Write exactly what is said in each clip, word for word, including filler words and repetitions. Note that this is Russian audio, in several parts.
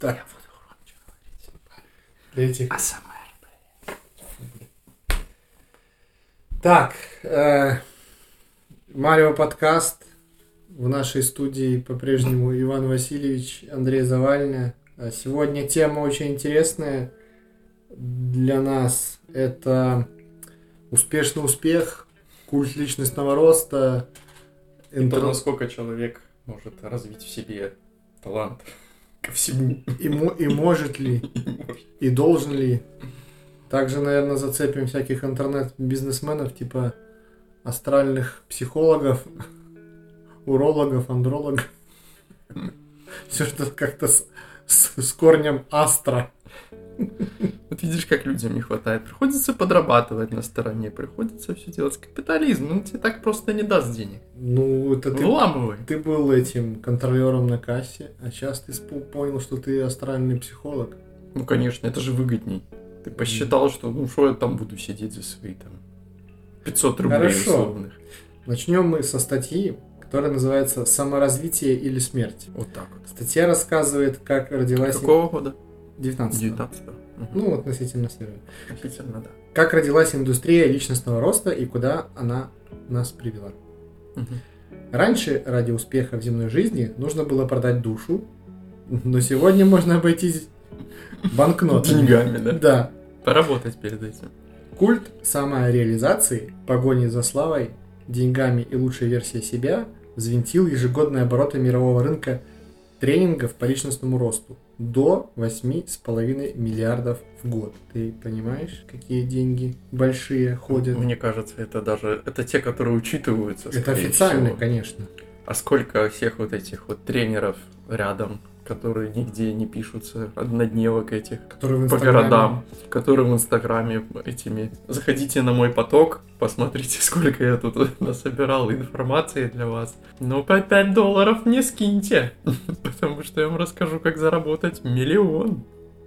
Так. Я буду громче говорить. Для этих... А сама... Так, э, Марио подкаст. В нашей студии по-прежнему Иван Васильевич, Андрей Завальня. Сегодня тема очень интересная для нас. Это успешный успех, культ личностного роста. Интер... То, насколько человек может развить в себе талант ко всему. И, и может ли, и должен ли. Также, наверное, зацепим всяких интернет-бизнесменов, типа астральных психологов, урологов, андрологов. Все, что как-то с, с, с корнем астра. Вот видишь, как людям не хватает. Приходится подрабатывать на стороне, приходится все делать. Капитализм, он тебе так просто не даст денег. Ну, это ты, Вламывай. Ты был этим контролером на кассе, а сейчас ты понял, что ты астральный психолог. Ну, конечно, это же выгодней. Ты посчитал, что ну что я там буду сидеть за свои там пятьсот рублей Хорошо. условных. Начнем мы со статьи, которая называется «Саморазвитие или смерть». Вот так вот. Статья рассказывает, как родилась... Какого года? девятнадцатого. девятнадцатого. Угу. Ну, относительно свежая. Относительно, да. Как родилась индустрия личностного роста и куда она нас привела. Угу. Раньше ради успеха в земной жизни нужно было продать душу, но сегодня можно обойтись банкнотами. Деньгами, да? Да. Поработать перед этим. Культ самореализации, погони за славой, деньгами и лучшей версией себя взвинтил ежегодные обороты мирового рынка тренингов по личностному росту до восемь с половиной миллиардов в год. Ты понимаешь, какие деньги большие ходят? Мне кажется, это даже... Это те, которые учитываются. Это официально, всего. Конечно. А сколько всех вот этих вот тренеров рядом, которые нигде не пишутся, однодневок этих, которые по городам, которые в Инстаграме этими. Заходите на мой поток, посмотрите, сколько я тут насобирал информации для вас. Ну, по пять долларов мне скиньте, потому что я вам расскажу, как заработать миллион.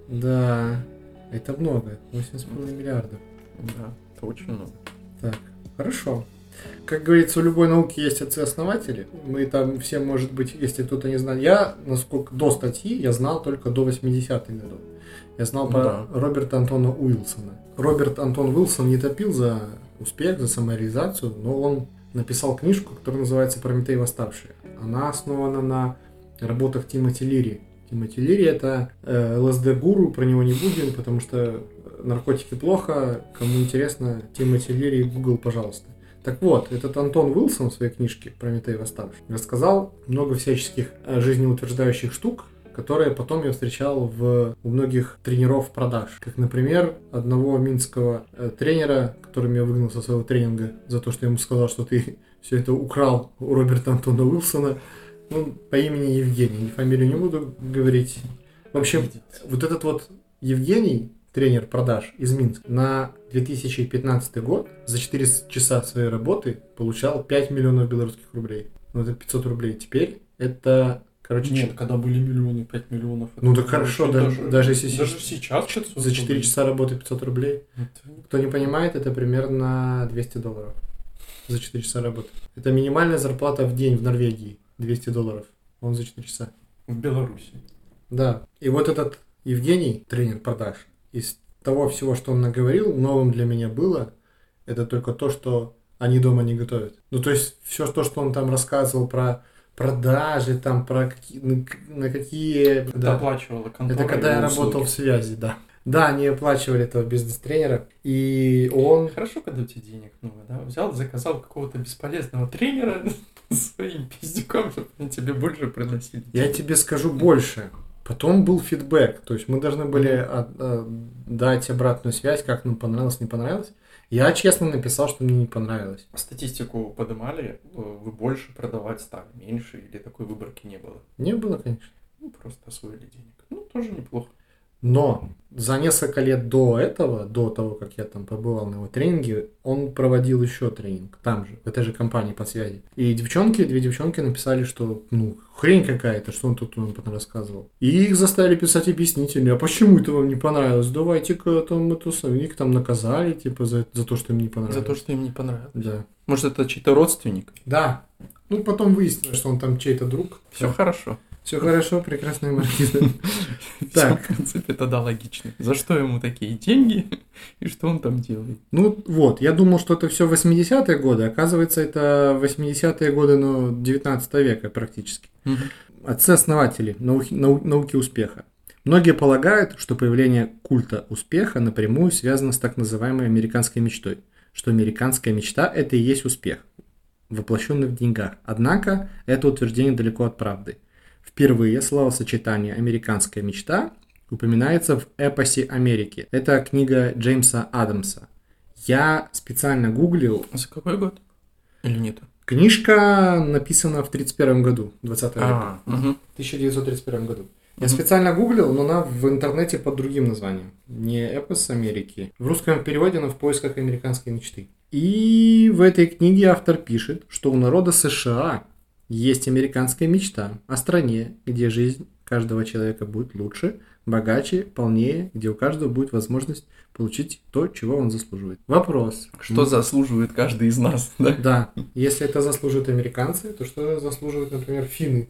Да, это много, восемь с половиной миллиардов. Да, это очень много. Так, хорошо. Как говорится, у любой науки есть отцы-основатели. Мы там все, может быть, если кто-то не знает. Я, насколько до статьи, я знал только до восьмидесятых годов. Я знал ну, про да. Роберта Антона Уилсона. Роберт Антон Уилсон не топил за успех, за самореализацию, но он написал книжку, которая называется «Прометей восставший». Она основана на работах Тимоти Лири. Тимоти Лири — это э, ЛСД-гуру, про него не будем, потому что наркотики плохо. Кому интересно, Тимоти Лири, Google, пожалуйста. Так вот, этот Антон Уилсон в своей книжке «Прометей восставший» рассказал много всяческих жизнеутверждающих штук, которые потом я встречал в, у многих тренеров продаж. Как, например, одного минского э, тренера, который меня выгнал со своего тренинга за то, что я ему сказал, что ты все это украл у Роберта Антона Уилсона, ну, по имени Евгений, фамилию не буду говорить. В общем, вот этот вот Евгений, тренер продаж из Минска, на две тысячи пятнадцатый год за четыре часа своей работы получал пять миллионов белорусских рублей. Ну, это пятьсот рублей. Теперь это, короче... Нет, ч... когда были миллионы, пять миллионов... Ну, так хорошо, даже, даже, даже если... Даже сейчас пятьсот за четыре часа работы пятьсот рублей. Это... Кто не понимает, это примерно двести долларов за четыре часа работы. Это минимальная зарплата в день в Норвегии. двести долларов. Он за четыре часа. В Беларуси. Да. И вот этот Евгений, тренер продаж, из того всего, что он наговорил, новым для меня было, это только то, что они дома не готовят. Ну, то есть, все то, что он там рассказывал про продажи, там, про какие, на, на какие... Это да, оплачивала контора. Это когда я работал в связи, да. Да, они оплачивали этого бизнес-тренера, и он... Хорошо, когда у тебя денег много, да? Взял, заказал какого-то бесполезного тренера своим пиздюком, чтобы они тебе больше приносили. Я тебе скажу больше. Потом был фидбэк, то есть мы должны были от, от, дать обратную связь, как нам понравилось, не понравилось. Я честно написал, что мне не понравилось. Статистику поднимали, вы больше продавать стали, меньше, или такой выборки не было? Не было, конечно. Ну, просто освоили денег. Ну, тоже неплохо. Но за несколько лет до этого, до того, как я там побывал на его тренинге, он проводил еще тренинг там же, в этой же компании по связи. И девчонки, две девчонки написали, что ну хрень какая-то, что он тут он потом рассказывал. И их заставили писать объяснители, а почему это вам не понравилось? Давайте-ка там это их там наказали, типа, за, за то, что им не понравилось. За то, что им не понравилось? Да. Может, это чей-то родственник? Да. Ну, потом выяснилось, что он там чей-то друг. Все да. Хорошо. Все хорошо, прекрасная маркиза. Так. В принципе, тогда логично. За что ему такие деньги и что он там делает? Ну вот, я думал, что это все восьмидесятые годы, оказывается, это восьмидесятые годы, ну, девятнадцатого века практически. Угу. Отцы-основатели науки, нау, науки успеха. Многие полагают, что появление культа успеха напрямую связано с так называемой американской мечтой, что американская мечта – это и есть успех, воплощенный в деньгах. Однако, это утверждение далеко от правды. Впервые словосочетание «американская мечта» упоминается в эпосе Америки. Это книга Джеймса Адамса. Я специально гуглил. За какой год? Или нет? Книжка написана в тридцать первом году, двадцатого века. А, угу. В тысяча девятьсот тридцать первом году. Я специально гуглил, но она в интернете под другим названием. Не эпос Америки. В русском переводе она в поисках американской мечты. И в этой книге автор пишет, что у народа США есть американская мечта о стране, где жизнь каждого человека будет лучше, богаче, полнее, где у каждого будет возможность получить то, чего он заслуживает. Вопрос. Что ну, заслуживает каждый из нас, да? Да. Если это заслуживают американцы, то что заслуживают, например, финны?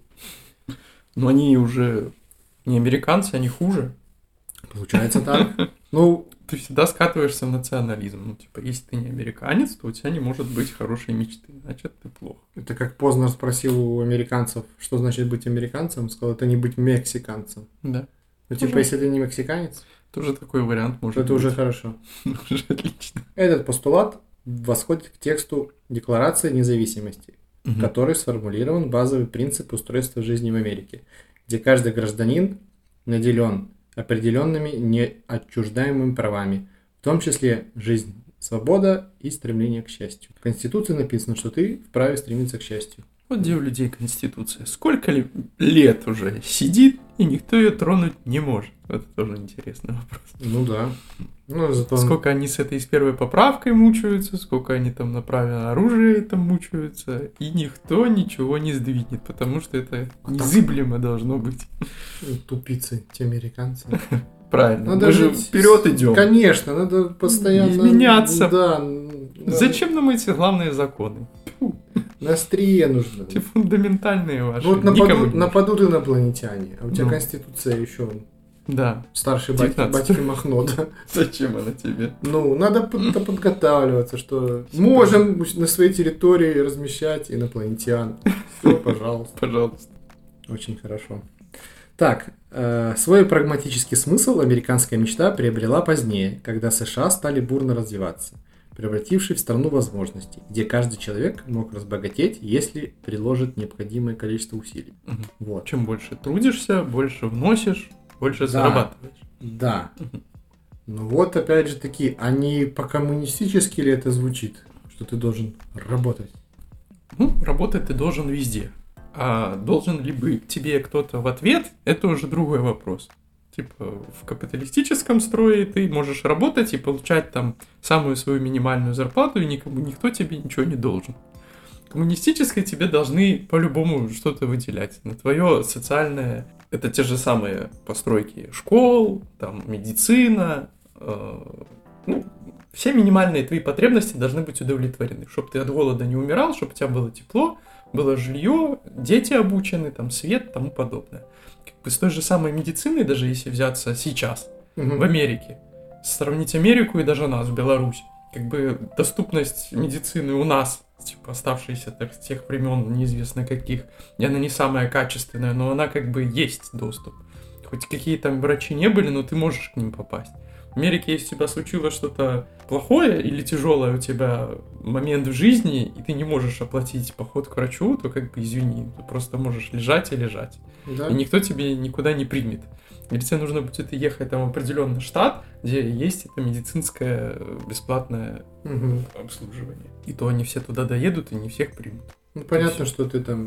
Но они уже не американцы, они хуже. Получается так. Ну, ты всегда скатываешься в национализм. Ну, типа, если ты не американец, то у тебя не может быть хорошей мечты. Значит, ты плохо. Это как Познер спросил у американцев, что значит быть американцем. Он сказал, это не быть мексиканцем. Да. Ну, типа, если ты не мексиканец, тоже такой вариант может то это быть. уже хорошо. Уже отлично. Этот постулат восходит к тексту Декларации независимости, в которой сформулирован базовый принцип устройства жизни в Америке, где каждый гражданин наделен определенными неотчуждаемыми правами, в том числе жизнь, свобода и стремление к счастью. В Конституции написано, что ты вправе стремиться к счастью. Вот где у людей Конституция. Сколько ли лет уже сидит, и никто ее тронуть не может. Это тоже интересный вопрос. Ну да. Ну, зато... Сколько они с этой с первой поправкой мучаются, сколько они там на праве оружия там мучаются, и никто ничего не сдвинет, потому что это незыблемо должно быть. Тупицы, те американцы. Правильно, надо мы же жить... вперед идем. Конечно, надо постоянно... меняться. Да, да. Зачем нам эти главные законы? На острие нужно. Те фундаментальные ваши. Ну вот нападут, нападут инопланетяне, а у тебя ну. Конституция еще... Да. Старший батьки, батьки Махно, да. Зачем она тебе? Ну, надо под, подготавливаться, что можем на своей территории размещать инопланетян. Все, пожалуйста. Пожалуйста. Очень хорошо. Так, э, свой прагматический смысл американская мечта приобрела позднее, когда США стали бурно развиваться, превратившись в страну возможностей, где каждый человек мог разбогатеть, если приложит необходимое количество усилий. Угу. Вот. Чем больше трудишься, больше вносишь, больше да, зарабатываешь. Да. Угу. Ну вот опять же таки, а не по-коммунистически ли это звучит, что ты должен работать? Ну, работать ты должен везде. А должен ли быть тебе кто-то в ответ, это уже другой вопрос. Типа в капиталистическом строе ты можешь работать и получать там самую свою минимальную зарплату, и никому никто тебе ничего не должен. В коммунистической тебе должны по-любому что-то выделять. На твое социальное, это те же самые постройки школ, там медицина, э, ну, все минимальные твои потребности должны быть удовлетворены, чтобы ты от голода не умирал, чтобы у тебя было тепло, было жилье, дети обучены, там свет, тому подобное. Как бы с той же самой медициной, даже если взяться сейчас, угу. в Америке, сравнить Америку и даже нас, Беларусь, как бы доступность медицины у нас, типа оставшаяся так, с тех времен неизвестно каких, и она не самая качественная, но она как бы есть доступ. Хоть какие там врачи не были, но ты можешь к ним попасть. В Америке, если у тебя случилось что-то плохое или тяжелое у тебя момент в жизни, и ты не можешь оплатить поход к врачу, то как бы извини, ты просто можешь лежать и лежать. Да. И никто тебе никуда не примет. Или тебе нужно будет ехать там в определенный штат, где есть это медицинское бесплатное угу. обслуживание. И то они все туда доедут и не всех примут. Ну понятно, что ты там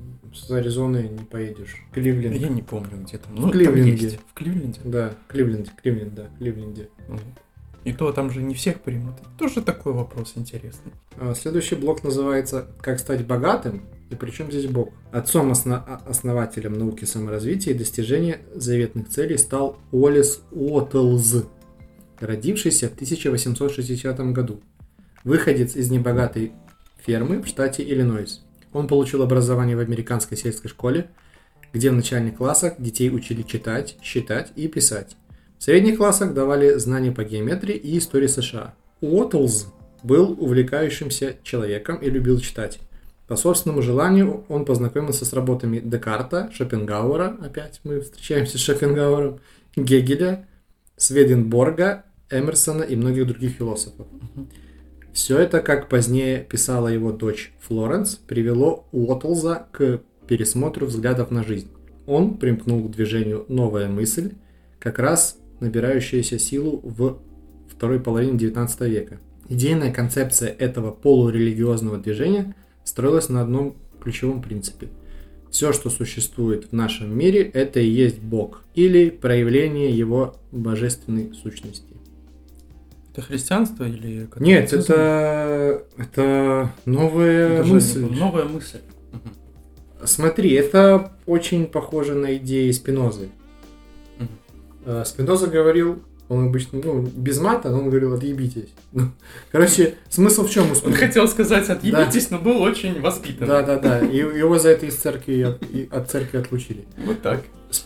с Аризоны не поедешь. Кливленд. Я не помню, где там. Ну, в Кливленде. Там есть. В Кливленде? Да, Кливленд, Кливленд, да, Кливленде. Угу. И то там же не всех примут. Тоже такой вопрос интересный. Следующий блок называется «Как стать богатым?» И при чем здесь Бог? Отцом осно- основателем науки саморазвития и достижения заветных целей стал Уоллес Уоттлз, родившийся в тысяча восемьсот шестидесятом году. Выходец из небогатой фермы в штате Иллинойс. Он получил образование в американской сельской школе где в начальных классах детей учили читать, считать и писать. В средних классах давали знания по геометрии и истории США. Уоттлз был увлекающимся человеком и любил читать. По собственному желанию он познакомился с работами Декарта, Шопенгауэра, опять мы встречаемся с Шопенгауэром, Гегеля, Сведенборга, Эмерсона и многих других философов. Все это, как позднее писала его дочь Флоренс, привело Уоттлза к пересмотру взглядов на жизнь. Он примкнул к движению «Новая мысль», как раз набирающаяся силу в второй половине девятнадцатого века. Идейная концепция этого полурелигиозного движения строилась на одном ключевом принципе. Все, что существует в нашем мире, это и есть Бог, или проявление его божественной сущности. Это христианство или... Нет, это, это новая это мысль. Новая мысль. Угу. Смотри, это очень похоже на идеи Спинозы. Угу. Спиноза говорил, он обычно, ну, без мата, но он говорил, отъебитесь. Короче, смысл в чем? Он хотел сказать, отъебитесь, да. Но был очень воспитанный. Да-да-да, и его за это из церкви, от церкви отлучили. Вот так.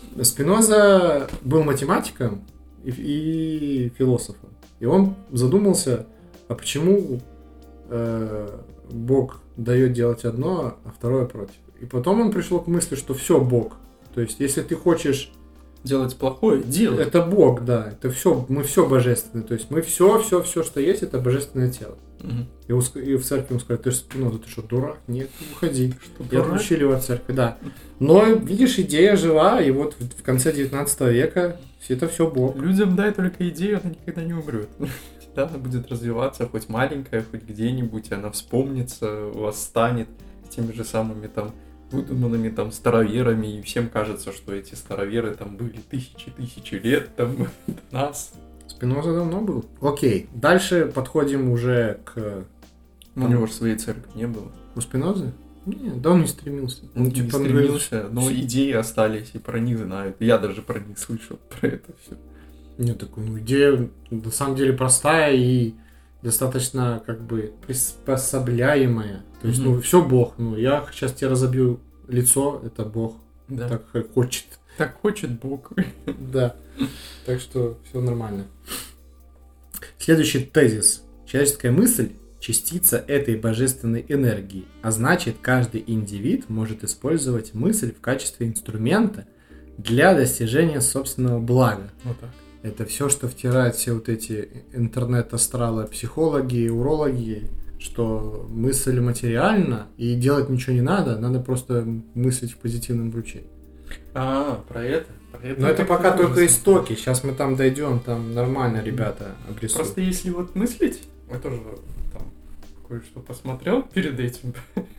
Спиноза был математиком и, и философом. И он задумался, а почему э, Бог дает делать одно, а второе против. И потом он пришел к мысли, что все Бог. То есть, если ты хочешь делать плохое, делай. Это Бог, да. Это все, мы все божественные. То есть мы все, все, все, что есть, это божественное тело. Угу. И, и в церкви ему сказали, ты, ну, ты что, дурак? Нет, уходи. Что, и отлучили его от церкви, да. Но, видишь, идея жива, и вот в, в конце девятнадцатого века это все Бог. Людям дай только идею, она никогда не умрет. Всегда она будет развиваться, хоть маленькая, хоть где-нибудь, она вспомнится, восстанет теми же самыми там выдуманными там староверами, и всем кажется, что эти староверы там были тысячи-тысячи лет там до нас. Спиноза давно был. Окей, дальше подходим уже к... Ну, у него же своей церкви не было. У Спинозы? Нет, да он не стремился. Он не типа, стремился, но идеи остались, и про них знают. Я даже про них слышал, про это все. Нет, такой, ну, идея на самом деле простая и достаточно как бы приспособляемая. То есть, mm-hmm. ну, все Бог. Ну, я сейчас тебе разобью лицо, это Бог. Да. Так как хочет. Так хочет Бог. Да. Так что все нормально. Следующий тезис. Человеческая мысль – частица этой божественной энергии, а значит, каждый индивид может использовать мысль в качестве инструмента для достижения собственного блага. Вот так. Это все, что втирают все вот эти интернет-астралы, психологи, урологи, что мысль материальна и делать ничего не надо, надо просто мыслить в позитивном ключе. А, про это? Про это Но это пока только истоки, сейчас мы там дойдем, там нормально ребята обрисуют. Просто если вот мыслить, я тоже там кое-что посмотрел перед этим,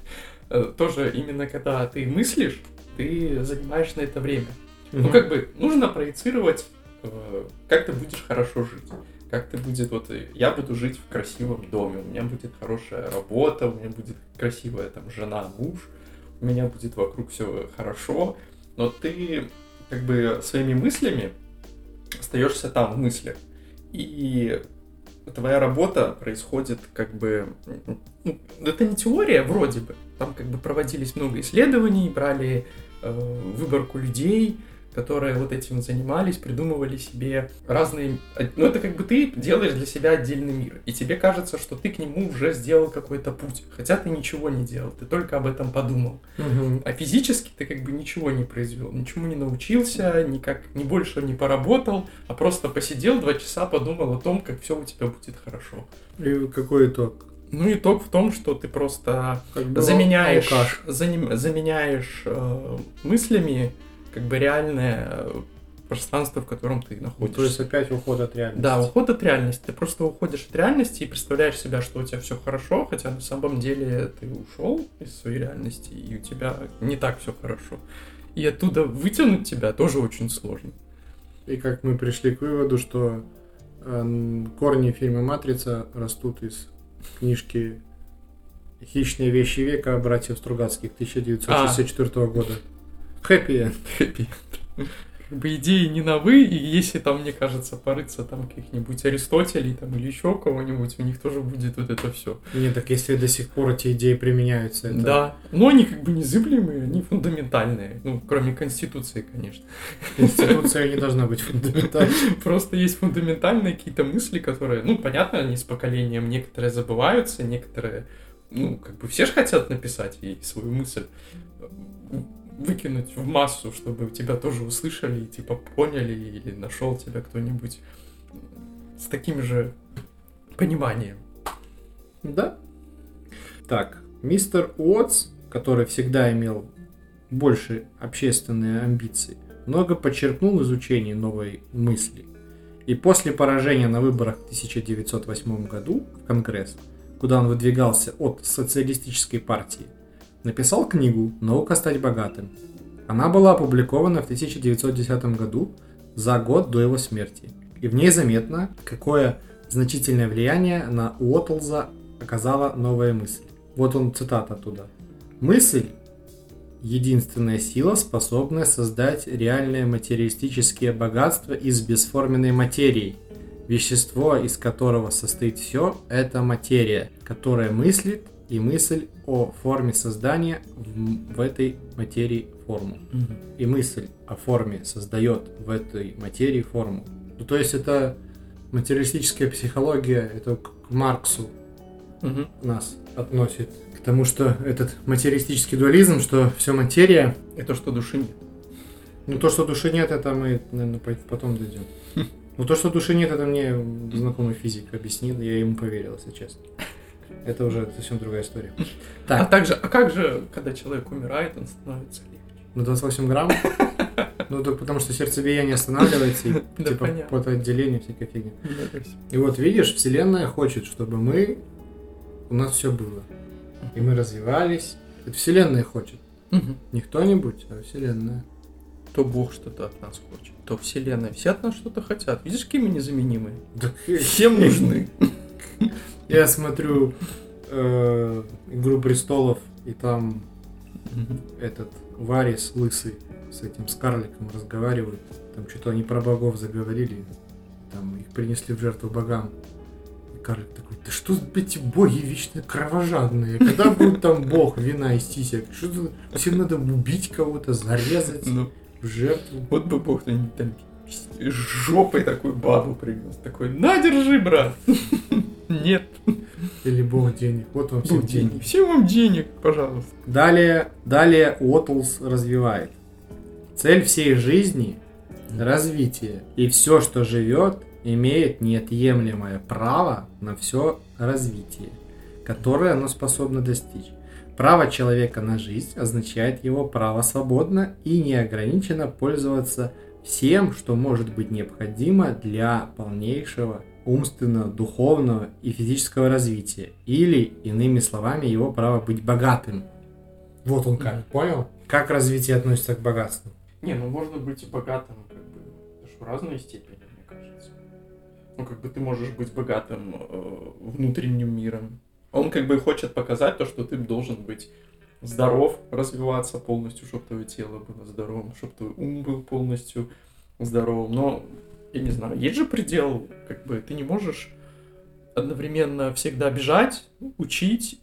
тоже именно когда ты мыслишь, ты занимаешь на это время. Ну как бы нужно проецировать, как ты будешь хорошо жить. Как ты будет, вот я буду жить в красивом доме, у меня будет хорошая работа, у меня будет красивая там жена, муж, у меня будет вокруг все хорошо, но ты как бы своими мыслями остаешься там в мыслях, и твоя работа происходит как бы, ну, это не теория вроде бы, там как бы проводились много исследований, брали э, выборку людей, которые вот этим занимались, придумывали себе разные... Ну, это как бы ты делаешь для себя отдельный мир, и тебе кажется, что ты к нему уже сделал какой-то путь, хотя ты ничего не делал, ты только об этом подумал. Угу. А физически ты как бы ничего не произвел, ничему не научился, никак, ни больше не поработал, а просто посидел два часа, подумал о том, как все у тебя будет хорошо. И какой итог? Ну, итог в том, что ты просто как бы заменяешь, заним, заменяешь э, мыслями как бы реальное пространство, в котором ты находишься. То есть опять уход от реальности. Да, уход от реальности. Ты просто уходишь от реальности и представляешь себя, что у тебя все хорошо, хотя на самом деле ты ушел из своей реальности, и у тебя не так все хорошо. И оттуда вытянуть тебя тоже очень сложно. И как мы пришли к выводу, что э, корни фильма «Матрица» растут из книжки «Хищные вещи века» братьев Стругацких тысяча девятьсот шестьдесят четвёртого года. Хэппи энд. Хэппи. как бы идеи не новы, и если там, мне кажется, порыться там каких-нибудь Аристотелей там, или еще кого-нибудь, у них тоже будет вот это все. Нет, так если до сих пор эти идеи применяются, это... Да, но они как бы незыблемые, они фундаментальные, ну, кроме Конституции, конечно. Конституция не должна быть фундаментальной. Просто есть фундаментальные какие-то мысли, которые, ну, понятно, они с поколением, некоторые забываются, некоторые, ну, как бы все же хотят написать ей свою мысль, выкинуть в массу, чтобы тебя тоже услышали и типа поняли, или нашел тебя кто-нибудь с таким же пониманием. Да. Так, мистер Уотс, который всегда имел больше общественные амбиции, много подчеркнул в изучении новой мысли. И после поражения на выборах в тысяча девятьсот восьмом году в Конгресс, куда он выдвигался от социалистической партии, написал книгу «Наука стать богатым». Она была опубликована в тысяча девятьсот десятом году, за год до его смерти. И в ней заметно, какое значительное влияние на Уоттлза оказала новая мысль. Вот он, цитата оттуда. «Мысль – единственная сила, способная создать реальное материалистическое богатство из бесформенной материи. Вещество, из которого состоит все, это материя, которая мыслит, и мысль о форме создания в, в этой материи форму. Угу. И мысль о форме создает в этой материи форму». Ну, то есть это материалистическая психология, это к Марксу угу. нас относит. К тому, что этот материалистический дуализм, что все материя... Это что души нет. Ну, то, что души нет, это мы, наверное, потом дойдем. Ну, то, что души нет, это мне знакомый физик объяснил, я ему поверил, если честно. Это уже совсем другая история. Так. А, также, а как же, когда человек умирает, он становится легче? На двадцать восемь грамм? Ну, так потому что сердцебиение останавливается, и типа потоотделение, всякая фигня. И вот видишь, Вселенная хочет, чтобы мы... У нас все было. И мы развивались. Это Вселенная хочет. Не кто-нибудь, а Вселенная. То Бог что-то от нас хочет, то Вселенная. Все от нас что-то хотят. Видишь, какие мы незаменимые? Так всем нужны. Я смотрю э, «Игру престолов», и там mm-hmm. этот Варис лысый с этим с карликом разговаривают. Там что-то они про богов заговорили. Там их принесли в жертву богам. И карлик такой: да что эти боги вечно кровожадные? Когда будет там бог вина из сисек? Что-то всем надо убить кого-то, зарезать ну, в жертву. Вот бы бог там жопой такую бабу принес. Такой: на, держи, брат. Нет. Или бог денег. Вот вам всем денег. Всем вам денег, пожалуйста. Далее, далее Уоттлз развивает. Цель всей жизни – развитие. И все, что живет, имеет неотъемлемое право на все развитие, которое оно способно достичь. Право человека на жизнь означает его право свободно и неограниченно пользоваться всем, что может быть необходимо для полнейшего умственного, духовного и физического развития. Или, иными словами, его право быть богатым. Вот он как, mm-hmm. понял? Как развитие относится к богатству? Не, ну можно быть и богатым, как бы, это же в разной степени, мне кажется. Ну, как бы ты можешь быть богатым э, внутренним миром. Он как бы хочет показать то, что ты должен быть здоров, развиваться полностью, чтобы твое тело было здоровым, чтобы твой ум был полностью здоровым. Но, я не знаю, есть же предел, как бы ты не можешь одновременно всегда бежать, учить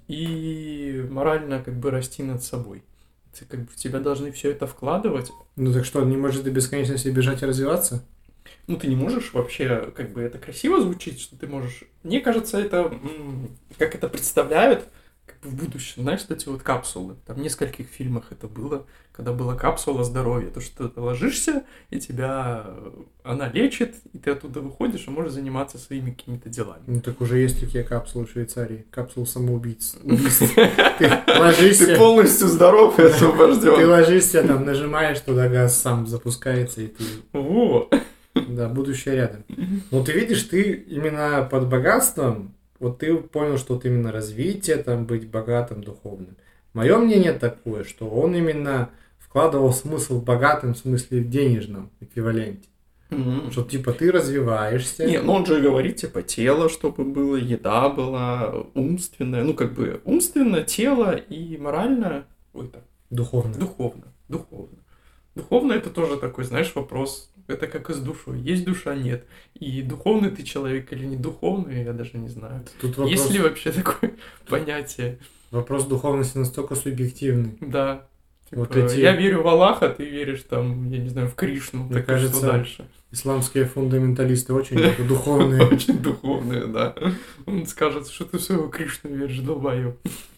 и морально как бы расти над собой. Ты, как бы, в тебя должны все это вкладывать. Ну так что, не можешь до бесконечности бежать и развиваться? Ну ты не можешь вообще, как бы это красиво звучит, что ты можешь... Мне кажется, это, как это представляют, как бы в будущем, знаешь, эти вот капсулы. Там в нескольких фильмах это было, когда была капсула здоровья. То, что ты ложишься, и тебя она лечит, и ты оттуда выходишь и можешь заниматься своими какими-то делами. Ну так уже есть такие капсулы в Швейцарии. Капсулы самоубийц. Ты ложишься... Ты полностью здоров и освобожден. Ты ложишься, там нажимаешь, туда газ сам запускается, и ты... Во! Да, будущее рядом. Но ты видишь, ты именно под богатством, вот ты понял, что вот именно развитие, там, быть богатым, духовным. Мое мнение такое, что он именно вкладывал смысл в богатом, в смысле в денежном эквиваленте. Mm-hmm. Что типа ты развиваешься. Не, ну он же говорит, типа, тело, чтобы было, еда была, умственное, ну как бы умственно, тело и морально, ой, так, духовно. Духовно, духовно. Духовно это тоже такой, знаешь, вопрос. Это как и с душой. Есть душа, нет. И духовный ты человек или не духовный, я даже не знаю. Тут вопрос... Есть ли вообще такое понятие? Вопрос духовности настолько субъективный. Да. Типа, Вот эти... Я верю в Аллаха, ты веришь там, я не знаю, в Кришну. Мне так кажется, что дальше? Исламские фундаменталисты очень духовные. Очень духовные, да. Он скажет, что ты в своего Кришну веришь, долбоёб.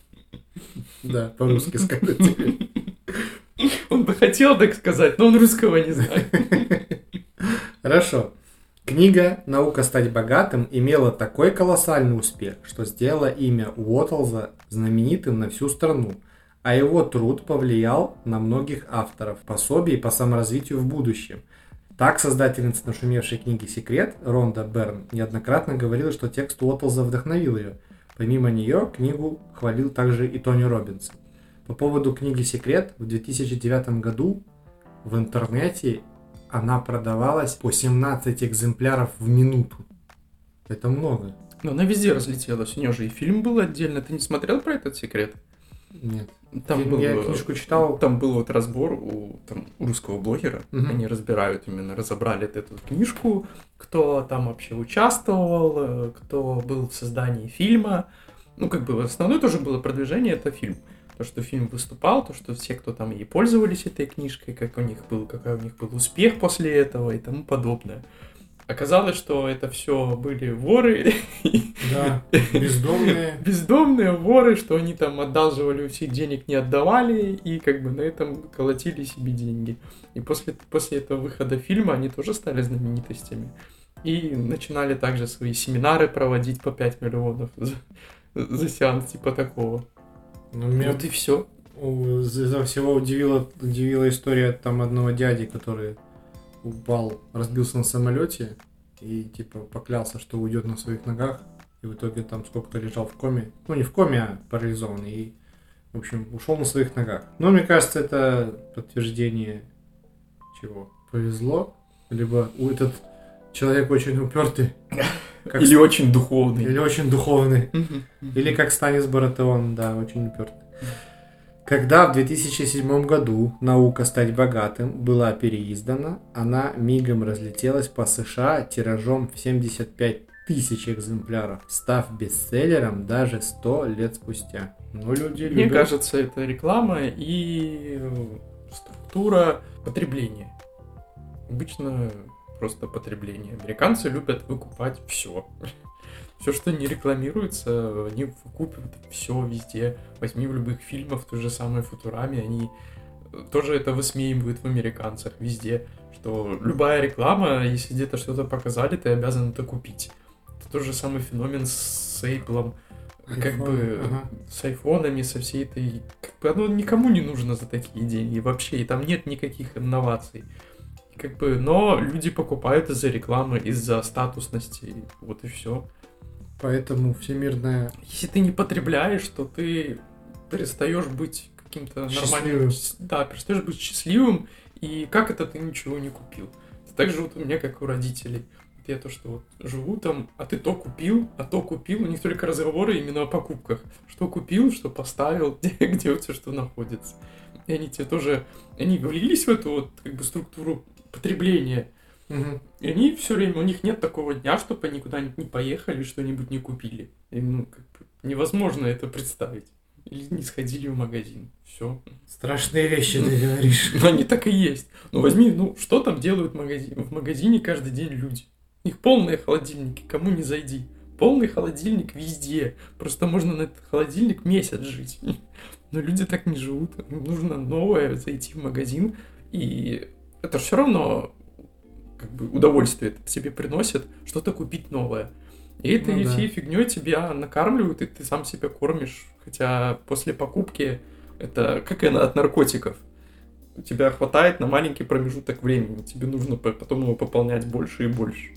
Да, по-русски скажет тебе. Он бы хотел так сказать, но он русского не знает. Хорошо. Книга «Наука стать богатым» имела такой колоссальный успех, что сделала имя Уоттлза знаменитым на всю страну, а его труд повлиял на многих авторов пособий по саморазвитию в будущем. Так, создательница нашумевшей книги «Секрет» Ронда Берн неоднократно говорила, что текст Уоттлза вдохновил ее. Помимо нее, книгу хвалил также и Тони Роббинс. По поводу книги «Секрет» в две тысячи девятом году в интернете она продавалась по семнадцать экземпляров в минуту. Это много. Но она везде разлетелась. У нее же и фильм был отдельно. Ты не смотрел про этот «Секрет»? Нет. Там Фильм, был, я книжку читал. Там был вот разбор у, там, у русского блогера. Угу. Они разбирают именно, разобрали эту книжку, кто там вообще участвовал, кто был в создании фильма. Ну, как бы основное тоже было продвижение, это фильм. То, что фильм выступал, то, что все, кто там и пользовались этой книжкой, как у них был, какой у них был успех после этого и тому подобное. Оказалось, что это все были воры. Да, бездомные. Бездомные воры, что они там одалживали у всех, денег не отдавали, и как бы на этом колотили себе деньги. И после, после этого выхода фильма они тоже стали знаменитостями. И начинали также свои семинары проводить по пять миллионов за, за сеанс типа такого. Ну, меня вот и все. За всего удивила, удивила история там одного дяди, который упал, разбился на самолете и типа поклялся, что уйдет на своих ногах. И в итоге там сколько-то лежал в коме. Ну, не в коме, а парализованный. И, в общем, ушел на своих ногах. Но мне кажется, это подтверждение чего? Повезло. Либо у этот человек очень упертый. Как или ст... очень духовный. Или очень духовный. Или как Станис Баратеон, да, очень упертый. Когда в две тысячи седьмом году «Наука стать богатым» была переиздана, она мигом разлетелась по США тиражом в семьдесят пять тысяч экземпляров, став бестселлером даже сто лет спустя. Но люди Мне любят... кажется, это реклама и структура потребления. Обычно просто потребление. Американцы любят выкупать все. Все, что не рекламируется, они выкупят все везде. Возьми в любых фильмах, в той же самой Футураме, они тоже это высмеивают в американцах везде, что любая реклама, если где-то что-то показали, ты обязан это купить. Это тот же самый феномен с Apple, как iPhone, бы ага. с айфонами, со всей этой... Как бы оно никому не нужно за такие деньги вообще, и там нет никаких инноваций. Как бы, но люди покупают из-за рекламы, из-за статусности, вот и все. Поэтому всемирная... Если ты не потребляешь, то ты перестаешь быть каким-то нормальным... Да, перестаешь быть счастливым, и как это ты ничего не купил? Это так же вот у меня, как у родителей. Я то, что вот живу там, а ты то купил, а то купил. У них только разговоры именно о покупках. Что купил, что поставил, где, где у тебя что находится. И они тебе тоже... Они влились в эту вот как бы структуру потребления. Угу. И они все время, у них нет такого дня, чтобы они куда-нибудь не поехали, что-нибудь не купили. И, ну, как бы невозможно это представить. Или не сходили в магазин. Все. Страшные вещи ты говоришь. Но они так и есть. Ну возьми, ну что там делают в магазине? В магазине каждый день люди. У них полные холодильники, кому не зайди. Полный холодильник везде. Просто можно на этот холодильник месяц жить. Но люди так не живут. Им нужно новое зайти в магазин. И это все равно... как бы удовольствие это себе приносит, что-то купить новое. И этой ну, всей да. фигней тебя накармливают, и ты сам себя кормишь. Хотя после покупки это как и от наркотиков. У тебя хватает на маленький промежуток времени. Тебе нужно потом его пополнять больше и больше.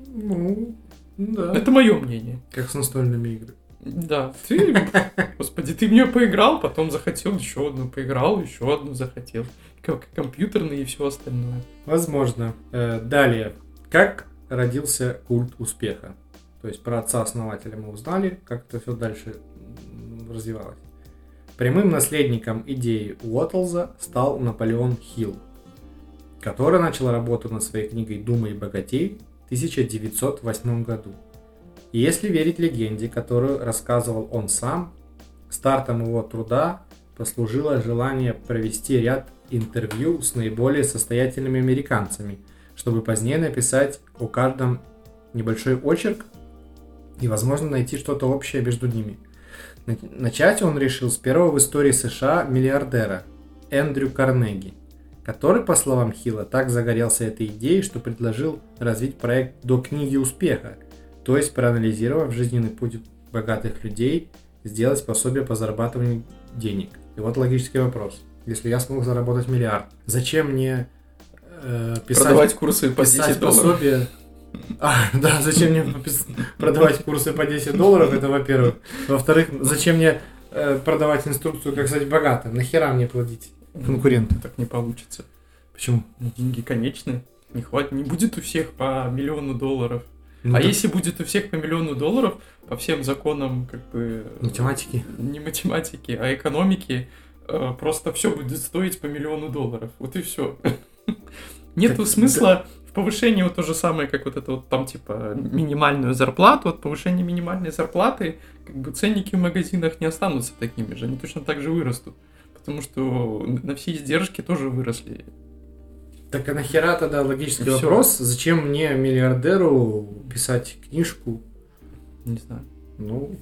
Ну, да. Это мое мнение. Как с настольными играми. Да. Ты, господи, ты в нее поиграл, потом захотел еще одну, поиграл, еще одну захотел. Как компьютерные и все остальное. Возможно. Далее. Как родился культ успеха? То есть про отца-основателя мы узнали, как это все дальше развивалось. Прямым наследником идеи Уоттлза стал Наполеон Хилл. который начал работу над своей книгой «Думай, богатей» в тысяча девятьсот восьмом году. И если верить легенде, которую рассказывал он сам, стартом его труда послужило желание провести ряд интервью с наиболее состоятельными американцами, чтобы позднее написать о каждом небольшой очерк и, возможно, найти что-то общее между ними. Начать он решил с первого в истории США миллиардера Эндрю Карнеги, который, по словам Хилла, так загорелся этой идеей, что предложил развить проект до книги успеха, то есть, проанализировав жизненный путь богатых людей, сделать пособие по зарабатыванию денег. И вот логический вопрос. Если я смог заработать миллиард, зачем мне э, писать, продавать курсы по десять долларов? Пособие? А, да, зачем мне продавать курсы по десять долларов, это во-первых. Во-вторых, зачем мне э, продавать инструкцию, как стать богатым? Нахера мне платить конкурентам? Так не получится. Почему? Деньги конечны. Не хватит, не будет у всех по миллиону долларов. Ну, а так... если будет у всех по миллиону долларов, по всем законам как бы... Математики. Не математики, а экономики, э, просто все будет стоить по миллиону долларов. Вот и все. Нету смысла в повышении вот то же самое, как вот это вот там типа минимальную зарплату. От повышения минимальной зарплаты как бы ценники в магазинах не останутся такими же. Они точно так же вырастут. Потому что на все издержки тоже выросли. Так а нахера тогда логический вопрос? Всё. Зачем мне, миллиардеру, писать книжку? Не знаю. Ну...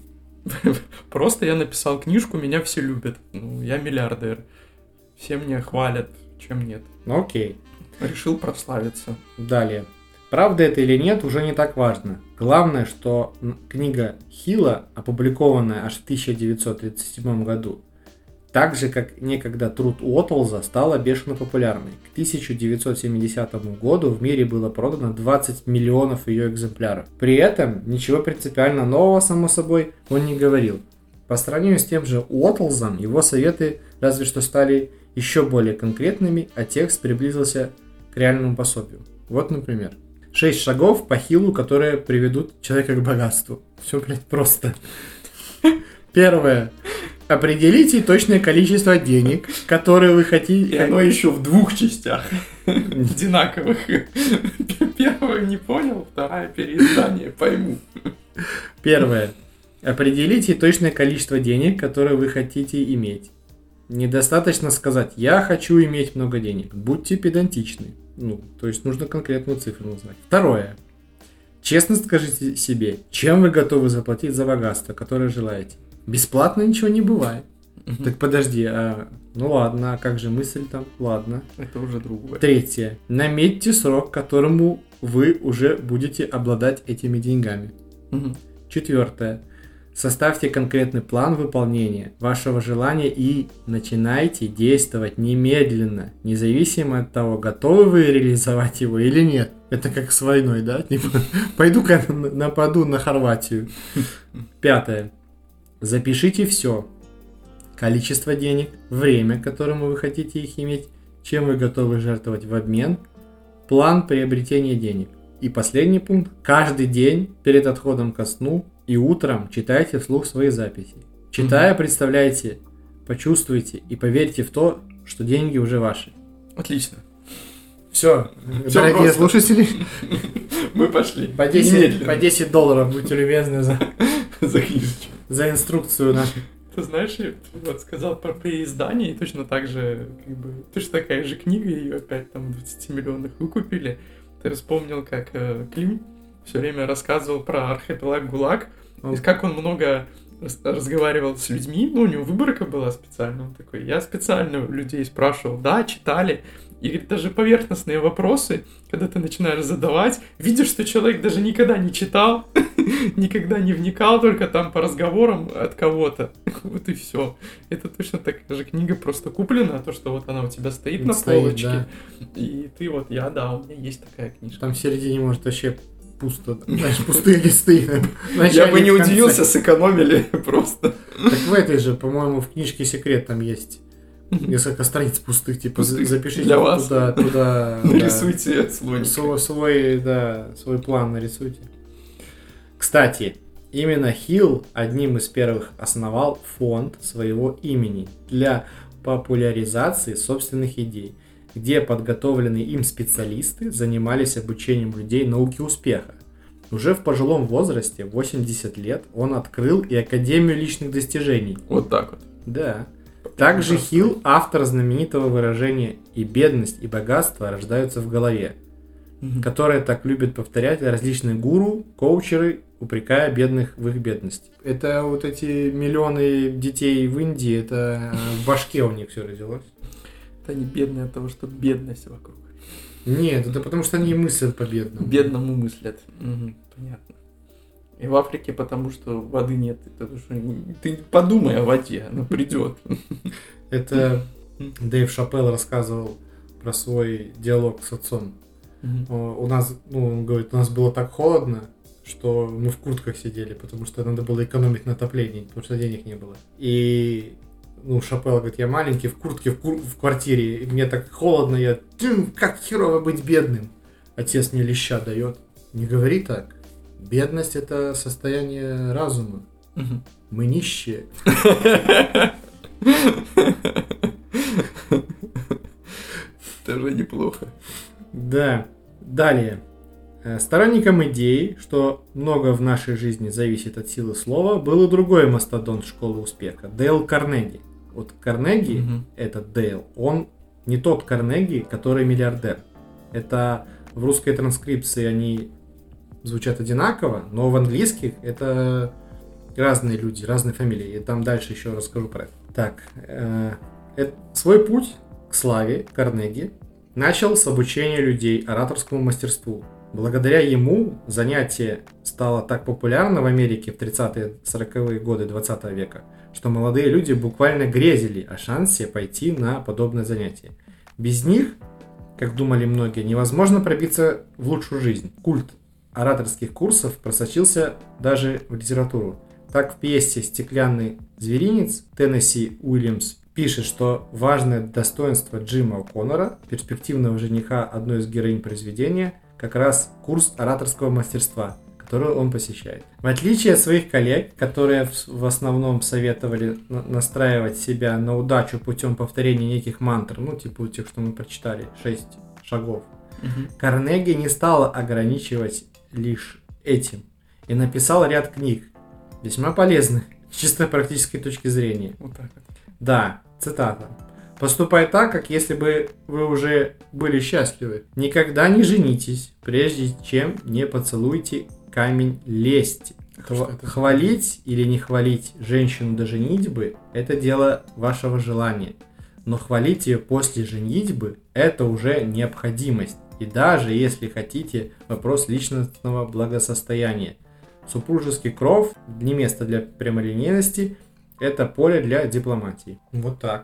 Просто я написал книжку, меня все любят. Ну, я миллиардер. Все меня хвалят, чем нет. Ну окей. Решил прославиться. Далее. Правда это или нет, уже не так важно. Главное, что книга Хилла, опубликованная аж в тысяча девятьсот тридцать седьмом году, так же, как некогда труд Уоттлза, стала бешено популярной. К тысяча девятьсот семидесятому году в мире было продано двадцать миллионов ее экземпляров. При этом ничего принципиально нового, само собой, он не говорил. По сравнению с тем же Уоттлзом, его советы разве что стали еще более конкретными, а текст приблизился к реальному пособию. Вот, например, шесть шагов по Хиллу, которые приведут человека к богатству. Все, блядь, просто. Первое. Определите точное количество денег, которые вы хотите... И оно еще в двух частях одинаковых. Первую не понял, второе переиздание пойму. Первое. Определите точное количество денег, которые вы хотите иметь. Недостаточно сказать «я хочу иметь много денег». Будьте педантичны. Ну, то есть нужно конкретную цифру назвать. Второе. Честно скажите себе, чем вы готовы заплатить за богатство, которое желаете. Бесплатно ничего не бывает. Uh-huh. Так подожди, а... ну ладно, а как же мысль там? Ладно. Это уже другое. Третье. Наметьте срок, к которому вы уже будете обладать этими деньгами. Uh-huh. Четвертое. Составьте конкретный план выполнения вашего желания и начинайте действовать немедленно, независимо от того, готовы вы реализовать его или нет. Это как с войной, да? Пойду-ка нападу на Хорватию. Пятое. Запишите все. Количество денег, время, к которому вы хотите их иметь, чем вы готовы жертвовать в обмен, план приобретения денег. И последний пункт. Каждый день перед отходом ко сну и утром читайте вслух свои записи. Читая, mm-hmm. представляйте, почувствуйте и поверьте в то, что деньги уже ваши. Отлично. Все, дорогие слушатели, мы пошли. По десять, по десять долларов, будьте любезны, за, за книжечку. За инструкцию нашу. Ты знаешь, я вот сказал про переиздание, и точно так же, как бы, точно такая же книга, ее опять там в двадцати миллионах выкупили. Ты вспомнил, как э, Клим все время рассказывал про архипелаг ГУЛАГ, oh. и как он много разговаривал с людьми, ну, у него выборка была специальная, он такой, я специально у людей спрашивал, да, читали, и говорит, даже поверхностные вопросы, когда ты начинаешь задавать, видишь, что человек даже никогда не читал, никогда не вникал, только там по разговорам от кого-то, вот и все. Это точно такая же книга, просто куплена, то, что вот она у тебя стоит на стоит, полочке, да. И ты вот, я, да, у меня есть такая книжка. Там в середине, может, вообще пусто, знаешь, пустые листы. Я бы не удивился, сэкономили просто. Так в этой же, по-моему, в книжке «Секрет» там есть несколько страниц пустых, типа запишите для вас. туда, туда. Нарисуйте слоник. Свой, свой, да, свой план нарисуйте. Кстати, именно Хилл одним из первых основал фонд своего имени для популяризации собственных идей. где подготовленные им специалисты занимались обучением людей науке успеха. Уже в пожилом возрасте, восемьдесят лет, он открыл и Академию личных достижений. Вот так вот. Да. Также Хилл автор знаменитого выражения «и бедность, и богатство рождаются в голове», mm-hmm. которое так любят повторять различные гуру, коучеры, упрекая бедных в их бедности. Это вот эти миллионы детей в Индии, это в башке у них все родилось. Это не бедные от того, что бедность вокруг. Нет, это потому что они мыслят по-бедному. Бедному мыслят. Угу, понятно. И в Африке потому что воды нет. Это, что, ты подумай о воде, она придет. Это Дэйв Шапелл рассказывал про свой диалог с отцом. Угу. У нас, ну, он говорит, у нас было так холодно, что мы в куртках сидели, потому что надо было экономить на отоплении, потому что денег не было. И ну, Шапелл говорит, я маленький, в куртке, в, кур- в квартире, и мне так холодно, я, как херово быть бедным. Отец мне леща дает. Не говори так. Бедность — это состояние разума. Угу. Мы нищие. Тоже неплохо. Да. Далее. Сторонником идеи, что много в нашей жизни зависит от силы слова, был и другой мастодонт школы успеха, Дейл Карнеги. Вот Карнеги, mm-hmm. этот Дейл, он не тот Карнеги, который миллиардер. Это в русской транскрипции они звучат одинаково, но в английских это разные люди, разные фамилии. И там дальше еще расскажу про это. Так, э, это, свой путь к славе Карнеги начал с обучения людей ораторскому мастерству. Благодаря ему занятие стало так популярно в Америке в тридцатые-сороковые годы двадцатого века, что молодые люди буквально грезили о шансе пойти на подобное занятие. Без них, как думали многие, невозможно пробиться в лучшую жизнь. Культ ораторских курсов просочился даже в литературу. Так в пьесе «Стеклянный зверинец» Теннесси Уильямс пишет, что важное достоинство Джима О'Коннора, перспективного жениха одной из героинь произведения, как раз курс ораторского мастерства, который он посещает. В отличие от своих коллег, которые в основном советовали настраивать себя на удачу путем повторения неких мантр, ну типа тех, что мы прочитали, шесть шагов, угу. Карнеги не стал ограничивать лишь этим и написал ряд книг, весьма полезных с чисто практической точки зрения. Вот так вот. Да, цитата. «Поступай так, как если бы вы уже были счастливы. Никогда не женитесь, прежде чем не поцелуйте камень лести. Хва- хвалить или не хвалить женщину до женитьбы – это дело вашего желания. Но хвалить ее после женитьбы – это уже необходимость. И даже если хотите, вопрос личностного благосостояния. Супружеский кров – не место для прямолинейности, это поле для дипломатии». Вот так.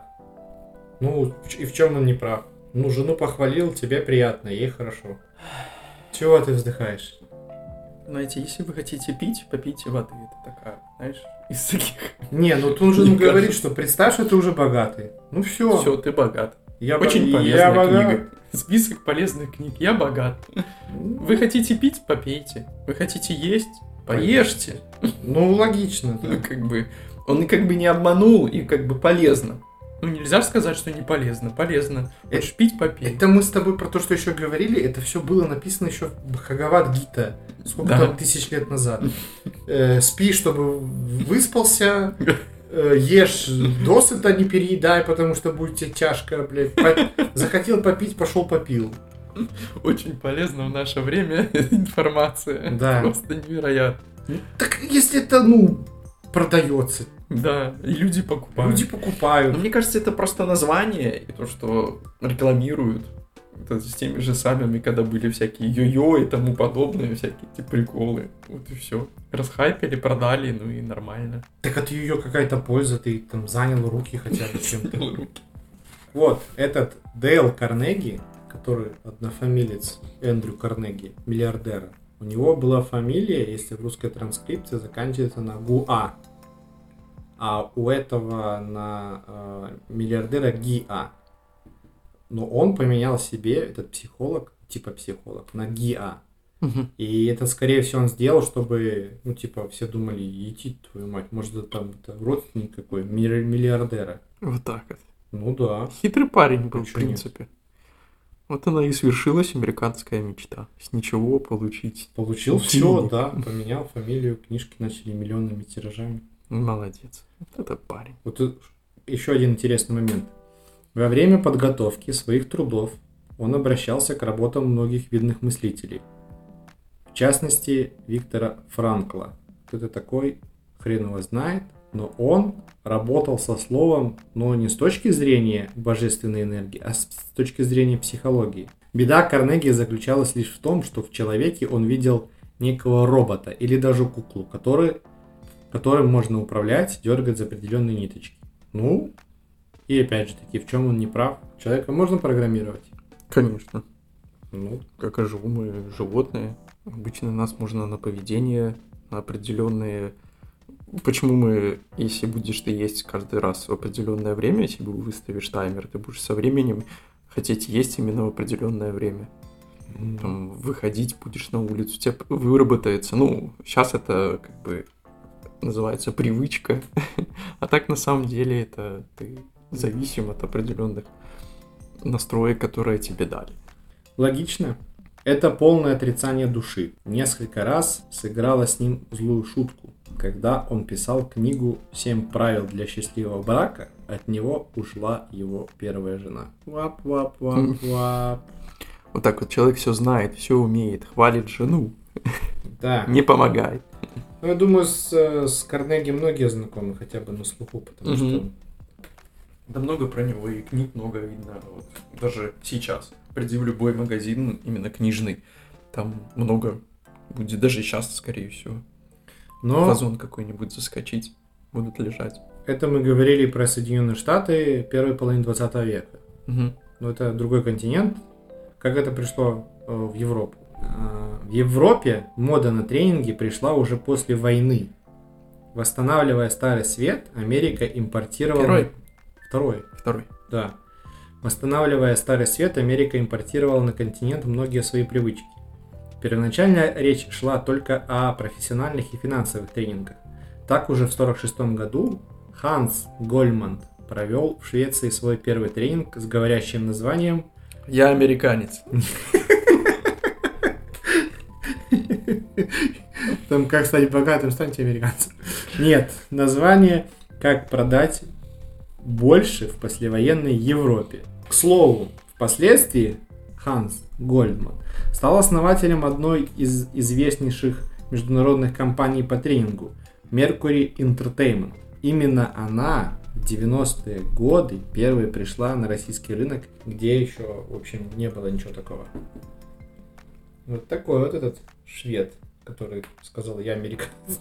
Ну, и в чем он не прав? Ну, жену похвалил, тебе приятно, ей хорошо. Чего ты вздыхаешь? Знаете, если вы хотите пить, попейте воды. Это такая, знаешь, из таких... Не, ну тут же он говорит, что представь, что ты уже богатый. Ну все. Все, ты богат. Я Очень бо... полезная я книга. Богат. Список полезных книг. Я богат. Вы хотите пить? Попейте. Вы хотите есть? Поешьте. Ну, логично. Да. Ну, как бы... Он как бы не обманул, и как бы полезно. Ну, нельзя сказать, что не полезно. Полезно. Хочешь пить, попей. Это мы с тобой про то, что еще говорили, это все было написано еще в Бхагавад-гита. Сколько да. там тысяч лет назад. Э, спи, чтобы выспался. Э, ешь досыта, не переедай, потому что будет тебе тяжко, блядь. По... Захотел попить, пошел попил. Очень полезно в наше время информация. Да. Просто невероятно. Так если это, ну, продается. Да, и люди покупают. Люди покупают. Но мне кажется, это просто название, и то, что рекламируют. Это с теми же самыми, когда были всякие йо-йо и тому подобное, всякие эти приколы. Вот и все. Расхайпили, продали, ну и нормально. Так от йо-йо какая-то польза, ты там занял руки хотя бы чем-то. Вот, этот Дейл Карнеги, который однофамилец Эндрю Карнеги, миллиардера, у него была фамилия, если в русской транскрипции, заканчивается на Гуа. А у этого на э, миллиардера Гиа. Но он поменял себе, этот психолог, типа психолог, на Гиа. Угу. И это, скорее всего, он сделал, чтобы, ну, типа, все думали, идти, твою мать, может, это там это родственник какой, миллиардера. Вот так вот. Ну да. Хитрый парень был, почему в принципе. нет? Вот она и свершилась, американская мечта. С ничего получить. Получил все, да, поменял фамилию, книжки начали миллионными тиражами. Молодец. Вот это парень. Вот тут еще один интересный момент. Во время подготовки своих трудов он обращался к работам многих видных мыслителей. В частности, Виктора Франкла. Кто это такой, хрен его знает. Но он работал со словом, но не с точки зрения божественной энергии, а с точки зрения психологии. Беда Карнеги заключалась лишь в том, что в человеке он видел некого робота или даже куклу, который, которым можно управлять, дергать за определенные ниточки. Ну, и опять же таки, в чем он не прав? Человека можно программировать? Конечно. Ну, как и живу мы животные. Обычно нас можно на поведение, на определенные... Почему мы, если будешь ты есть каждый раз в определенное время, если выставишь таймер, ты будешь со временем хотеть есть именно в определенное время. Mm-hmm. Там, выходить будешь на улицу, у тебя выработается. Ну, сейчас это как бы называется привычка. А так на самом деле это ты зависим от определенных настроек, которые тебе дали. Логично. Это полное отрицание души. Несколько раз сыграла с ним злую шутку. Когда он писал книгу «Семь правил для счастливого брака», от него ушла его первая жена. Вап-вап-вап-вап. Вот так вот человек все знает, все умеет, хвалит жену. Да. Не помогает. Ну, я думаю, с, с Карнеги многие знакомы, хотя бы на слуху, потому угу. что... Да много про него, и книг много видно. Вот, даже сейчас. Приди в любой магазин, именно книжный, там много будет, даже сейчас, скорее всего. Но... в Озон какой-нибудь заскочить, будут лежать. Это мы говорили про Соединенные Штаты первой половины двадцатого века. Угу. Но это другой континент. Как это пришло э, в Европу? Э, в Европе мода на тренинги пришла уже после войны. Восстанавливая Старый Свет, Америка импортировала... Первый? Второй. Второй. Да. Восстанавливая Старый Свет, Америка импортировала на континент многие свои привычки. Первоначально речь шла только о профессиональных и финансовых тренингах. Так уже в сорок шестом году Ханс Гольманд провел в Швеции свой первый тренинг с говорящим названием «Я американец». Там «Как стать богатым, станьте американцем». Нет, название «Как продать больше в послевоенной Европе». К слову, впоследствии Ханс Гольдман стал основателем одной из известнейших международных компаний по тренингу Mercury Entertainment. Именно она в девяностые годы первой пришла на российский рынок, где еще, в общем, не было ничего такого. Вот такой вот этот швед, который сказал «я американец».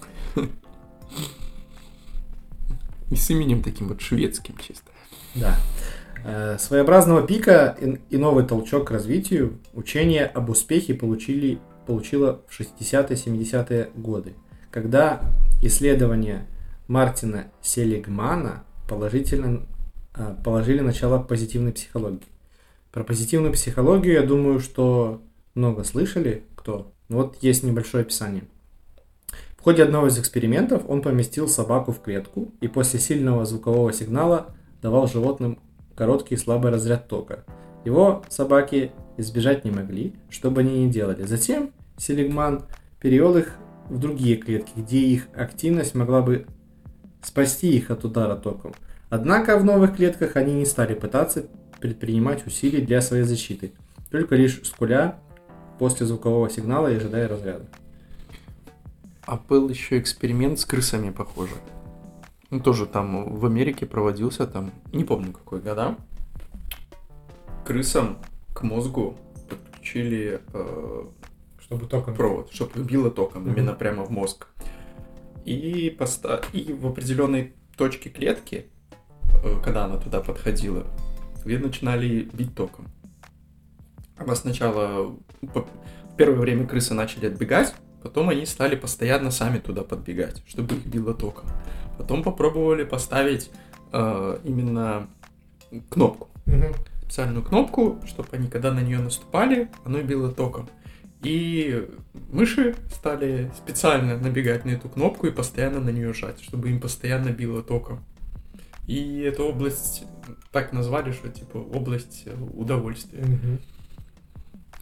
И с именем таким вот шведским чисто. Да. Своеобразного пика и новый толчок к развитию учение об успехе получили, получило в шестидесятые-семидесятые годы, когда исследования Мартина Селигмана положительно, положили начало позитивной психологии. Про позитивную психологию, я думаю, что много слышали, кто. Вот есть небольшое описание. В ходе одного из экспериментов он поместил собаку в клетку и после сильного звукового сигнала давал животным короткий и слабый разряд тока. Его собаки избежать не могли, что бы они ни делали. Затем Селигман перевел их в другие клетки, где их активность могла бы спасти их от удара током. Однако в новых клетках они не стали пытаться предпринимать усилий для своей защиты, только лишь скуля после звукового сигнала и ожидая разряда. А был еще эксперимент с крысами, похоже. Ну, тоже там в Америке проводился, там, не помню какой года. Крысам к мозгу подключили э, чтобы током провод, чтобы било током, mm-hmm. именно прямо в мозг. И, поста- и в определенной точке клетки, э, когда она туда подходила, ее начинали бить током. Она сначала, в первое время крысы начали отбегать, потом они стали постоянно сами туда подбегать, чтобы их било током. Потом попробовали поставить э, именно кнопку. Mm-hmm. Специальную кнопку, чтобы они, когда на нее наступали, оно било током. И мыши стали специально набегать на эту кнопку и постоянно на нее жать, чтобы им постоянно било током. И эту область так назвали, что типа область удовольствия. Mm-hmm.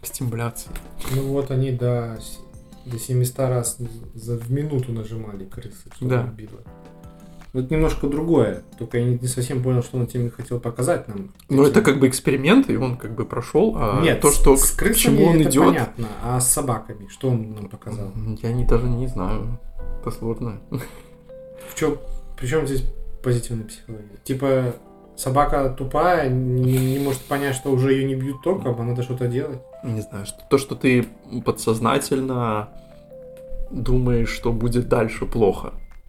Стимуляция. Ну вот они до, до семьсот раз за, в минуту нажимали крысы. Да. Било. Вот немножко другое, только я не, не совсем понял, что он этим хотел показать нам. Ну этим. это как бы эксперимент, и он как бы прошел, а Нет, то, что с, с к чему он это идет. понятно, а с собаками, что он нам показал? Я не, даже не знаю. Это сложно. В чем, причем здесь позитивная психология? Типа, собака тупая, не, не может понять, что уже ее не бьют током, а надо что-то делать. Не знаю, что, то, что ты подсознательно думаешь, что будет дальше плохо.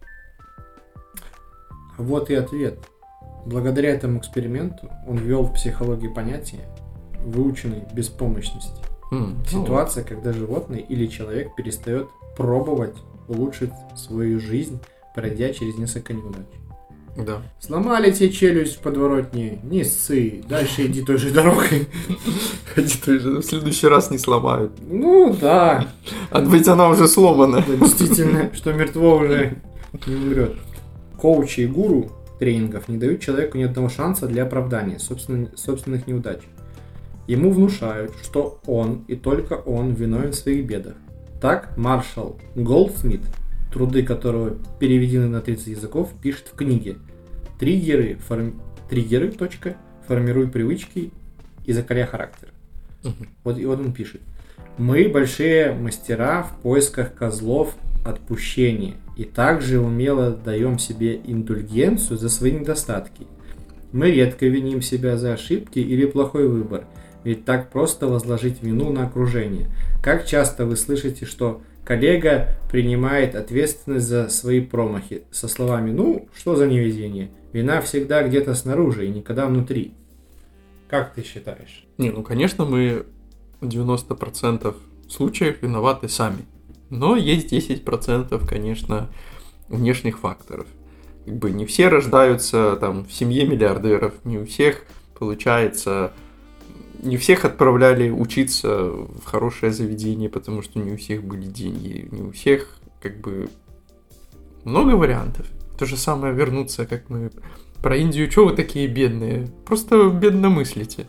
Вот и ответ. Благодаря этому эксперименту он ввел в психологии понятие выученной беспомощности. Mm, Ситуация, ну... когда животное или человек перестает пробовать улучшить свою жизнь, пройдя через несколько неудач. Да. Сломали тебе челюсть в подворотне, не ссы, дальше иди той же дорогой. Ходи той же, в следующий раз не сломают. Ну да. А ведь она уже сломана. Да, действительно, что мертво уже не умрет. Коучи и гуру тренингов не дают человеку ни одного шанса для оправдания собственных, собственных неудач. Ему внушают, что он и только он виновен в своих бедах. Так Маршалл Голдсмит, труды которого переведены на тридцать языков, пишет в книге «Триггеры, форм... Триггеры точка, формируй привычки и закаляй характер». Uh-huh. Вот, и вот он пишет: «Мы большие мастера в поисках козлов отпущения и также умело даем себе индульгенцию за свои недостатки. Мы редко виним себя за ошибки или плохой выбор, ведь так просто возложить вину на окружение. Как часто вы слышите, что коллега принимает ответственность за свои промахи со словами: «Ну, что за невезение? Вина всегда где-то снаружи и никогда внутри». Как ты считаешь? Не, ну конечно, мы в девяносто процентов случаев виноваты сами. Но есть десять процентов, конечно, внешних факторов. Как бы не все рождаются там в семье миллиардеров, не у всех получается, не всех отправляли учиться в хорошее заведение, потому что не у всех были деньги, не у всех, как бы, много вариантов. То же самое вернуться, как мы про Индию, что вы такие бедные? Просто бедно мыслите.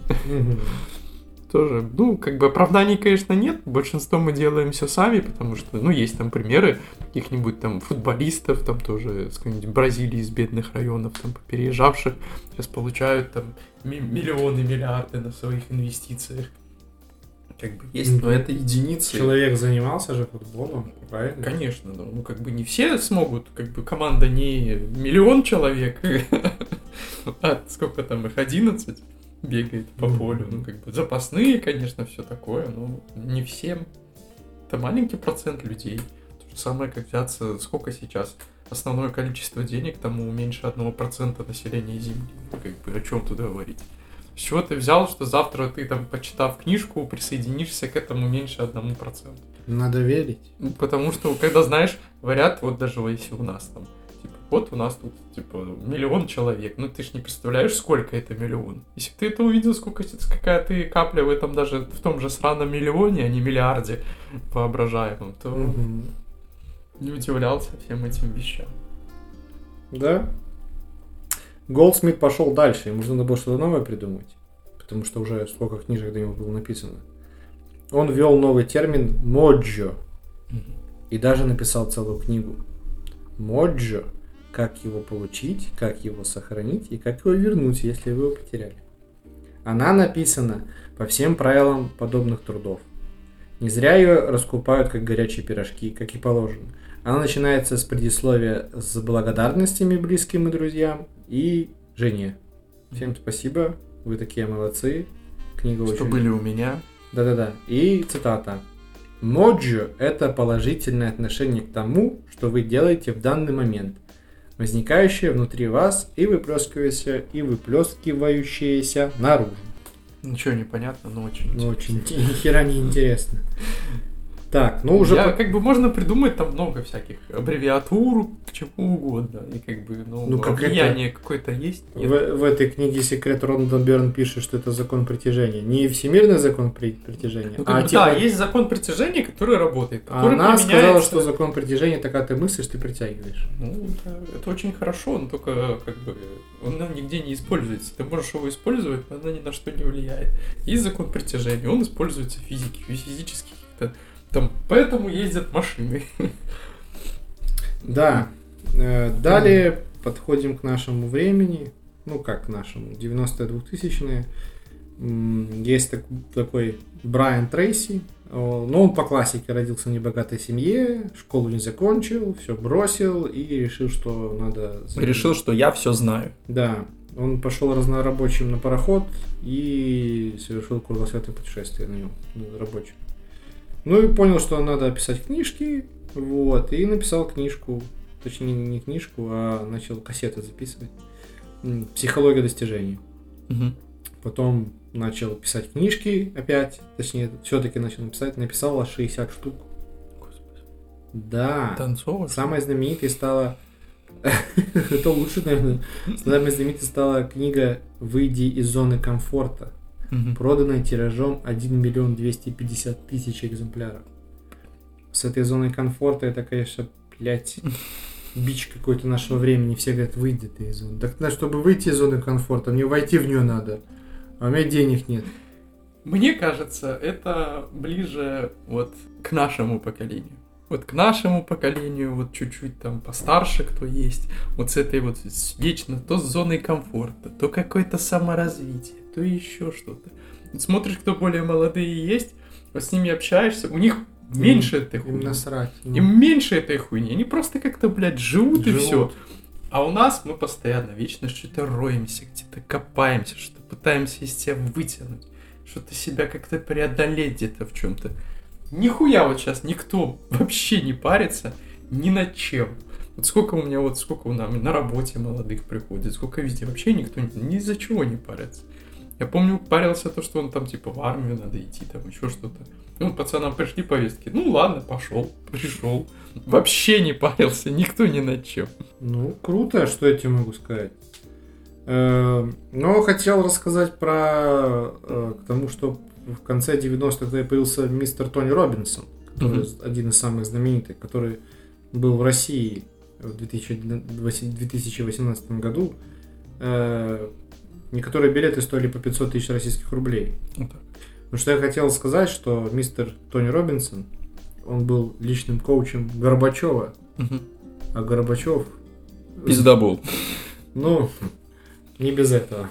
Тоже, ну, как бы оправданий, конечно, нет. Большинство мы делаем все сами, потому что, ну, есть там примеры каких-нибудь там футболистов, там тоже с какой-нибудь Бразилии, из бедных районов, там, переезжавших, сейчас получают там миллионы, миллиарды на своих инвестициях. Как бы есть, но это единицы. Человек занимался же футболом, правильно? Конечно, ну, ну, как бы не все смогут, как бы команда не миллион человек, а сколько там их, одиннадцать? Бегает по полю, ну, как бы запасные, конечно, все такое, но не всем. Это маленький процент людей. То же самое, как взяться, сколько сейчас основное количество денег, тому меньше одного процента населения Земли. Как бы о чем тут говорить? С чего ты взял, что завтра ты, там, почитав книжку, присоединишься к этому меньше одному проценту? Надо верить. Потому что, когда, знаешь, говорят, вот даже если у нас там, типа, вот у нас тут, типа, миллион человек. Ну, ты ж не представляешь, сколько это миллион. Если бы ты это увидел, сколько, какая ты капля в этом даже, в том же сраном миллионе, а не миллиарде воображаемом, то угу. не удивлялся всем этим вещам. Да. Голдсмит пошел дальше, ему нужно было что-то новое придумать, потому что уже сколько книжек до него было написано. Он ввел новый термин «моджо» угу. и даже написал целую книгу. Моджо, как его получить, как его сохранить и как его вернуть, если вы его потеряли. Она написана по всем правилам подобных трудов. Не зря ее раскупают как горячие пирожки, как и положено. Она начинается с предисловия с благодарностями близким и друзьям и жене. Всем спасибо, вы такие молодцы. Книга Что очень... были у меня. Да-да-да. И цитата. Моджо – это положительное отношение к тому, что вы делаете в данный момент, возникающее внутри вас и выплескивающееся, и выплескивающееся наружу. Ничего не понятно, но очень ну, очень ни хера не интересно. Так, ну уже... Я, по- как бы можно придумать там много всяких аббревиатур, к чему угодно. И как бы, ну, Ну, как влияние какое-то есть. Нет. В, в этой книге «Секрет» Рондон Берн пишет, что это закон притяжения. Не всемирный закон при- притяжения, Ну, как а бы, типа... да, есть закон притяжения, который работает. А Который она сказала, применяется- что закон притяжения такая ты мыслишь, ты притягиваешь. Ну, это, это очень хорошо, но только как бы он нигде не используется. Ты можешь его использовать, но она ни на что не влияет. Есть закон притяжения, он используется в физике, в физических каких-то там, поэтому ездят машины. Да. Э, Далее подходим к нашему времени. Ну, как к нашему? девяностые двухтысячные. М, Есть так- такой Брайан Трейси. О, Но он по классике родился в небогатой семье, школу не закончил, все бросил и решил, что надо... Решил, что я все знаю. Да. Он пошел разнорабочим на пароход и совершил кругосветное путешествие на нем, на рабочем. Ну и понял, что надо писать книжки, вот, и написал книжку, точнее не книжку, а начал кассеты записывать. М, «Психология достижений». Мгм. Потом начал писать книжки опять, точнее, все-таки начал написать, написал аж шестьдесят штук. Да. Танцовок? Самой знаменитой стала... Это лучше, наверное. Самой знаменитой стала книга «Выйди из зоны комфорта», Мгм. проданная тиражом один миллион двести пятьдесят тысяч экземпляров. С этой зоной комфорта это, конечно, блядь, бич какой-то нашего времени. Все говорят, выйди ты из зоны. Так, на, чтобы выйти из зоны комфорта, мне войти в нее надо. А у меня денег нет. Мне кажется, это ближе вот к нашему поколению. Вот к нашему поколению, вот чуть-чуть там постарше кто есть, вот с этой вот с- вечно то с зоной комфорта, то какое-то саморазвитие, то еще что-то. Вот смотришь, кто более молодые есть, вот с ними общаешься, у них меньше этой Им хуйни. насрать. ну. Им меньше этой хуйни, они просто как-то, блядь, живут, и Живут. все. А у нас мы постоянно вечно что-то роемся, где-то копаемся, что пытаемся из себя вытянуть, что-то себя как-то преодолеть где-то в чем-то. Нихуя вот сейчас никто вообще не парится ни над чем. Вот сколько у меня, вот сколько у нас на работе молодых приходит, сколько везде, вообще никто ни, ни за чего не парится. Я помню, парился то, что он там типа в армию надо идти, там еще что-то. Ну, пацанам пришли повестки. Ну ладно, пошел, пришел. Вообще не парился, никто ни над чем. Ну, круто, что я тебе могу сказать. Э, Но хотел рассказать про э, к тому, что в конце девяностых появился мистер Тони Робинсон, который Мгм. один из самых знаменитых, который был в России в две тысячи восемнадцатом году. Э, Некоторые билеты стоили по пятьсот тысяч российских рублей. Вот так. Ну, что я хотел сказать, что мистер Тони Робинсон, он был личным коучем Горбачева, Мгм. а Горбачев... Пиздобол. Ну, не без этого.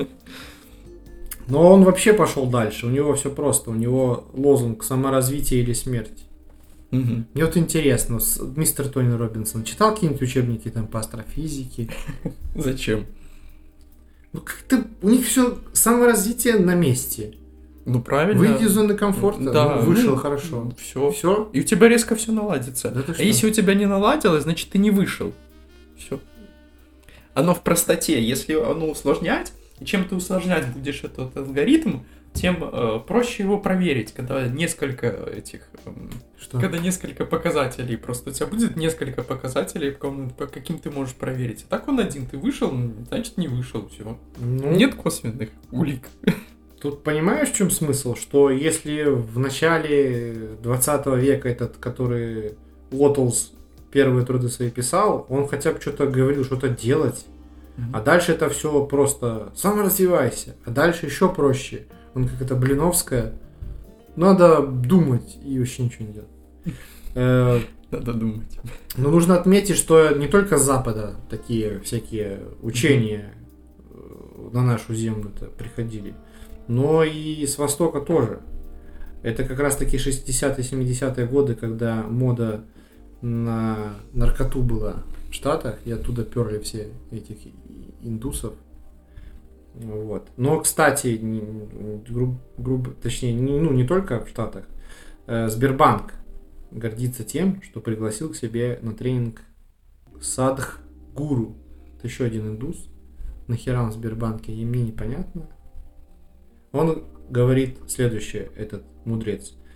Но он вообще пошел дальше. У него все просто. У него лозунг «Саморазвитие или смерть». Мгм. Мне вот интересно, с- мистер Тони Робинсон читал какие-нибудь учебники там по астрофизике? Зачем? Ну, как-то у них все саморазвитие на месте. Ну правильно. Выйди из зоны комфорта, Да, ну, вышел ну, хорошо. Все. Все? И у тебя резко все наладится. Да ты А что? если у тебя не наладилось, значит ты не вышел. Все. Оно в простоте. Если оно усложнять, и чем ты усложнять будешь этот алгоритм, тем э, проще его проверить, когда несколько этих, эм, Что? когда несколько показателей, просто у тебя будет несколько показателей, по, кому- по каким ты можешь проверить. А так он один, ты вышел, значит не вышел, все. Ну, Нет косвенных улик. тут понимаешь, в чем смысл? Что если в начале двадцатого века этот, который Уоттлс первые труды свои писал, он хотя бы что-то говорил, что-то делать. А дальше это все просто саморазвивайся. А дальше еще проще. Он как это Блиновская. Надо думать и вообще ничего не делать. Э, Надо думать. Но нужно отметить, что не только с Запада такие всякие учения э, на нашу землю-то приходили, но и с Востока тоже. Это как раз таки шестидесятые семидесятые годы, когда мода на наркоту была в Штатах, и оттуда перли все этих индусов. Вот. Но, кстати, не- груб- грубо, точнее, не, ну, не только в Штатах. Э, Сбербанк гордится тем, что пригласил к себе на тренинг Садх Гуру. Это еще один индус. Нахера он в Сбербанке, и мне непонятно. Он говорит следующее, этот мудрец.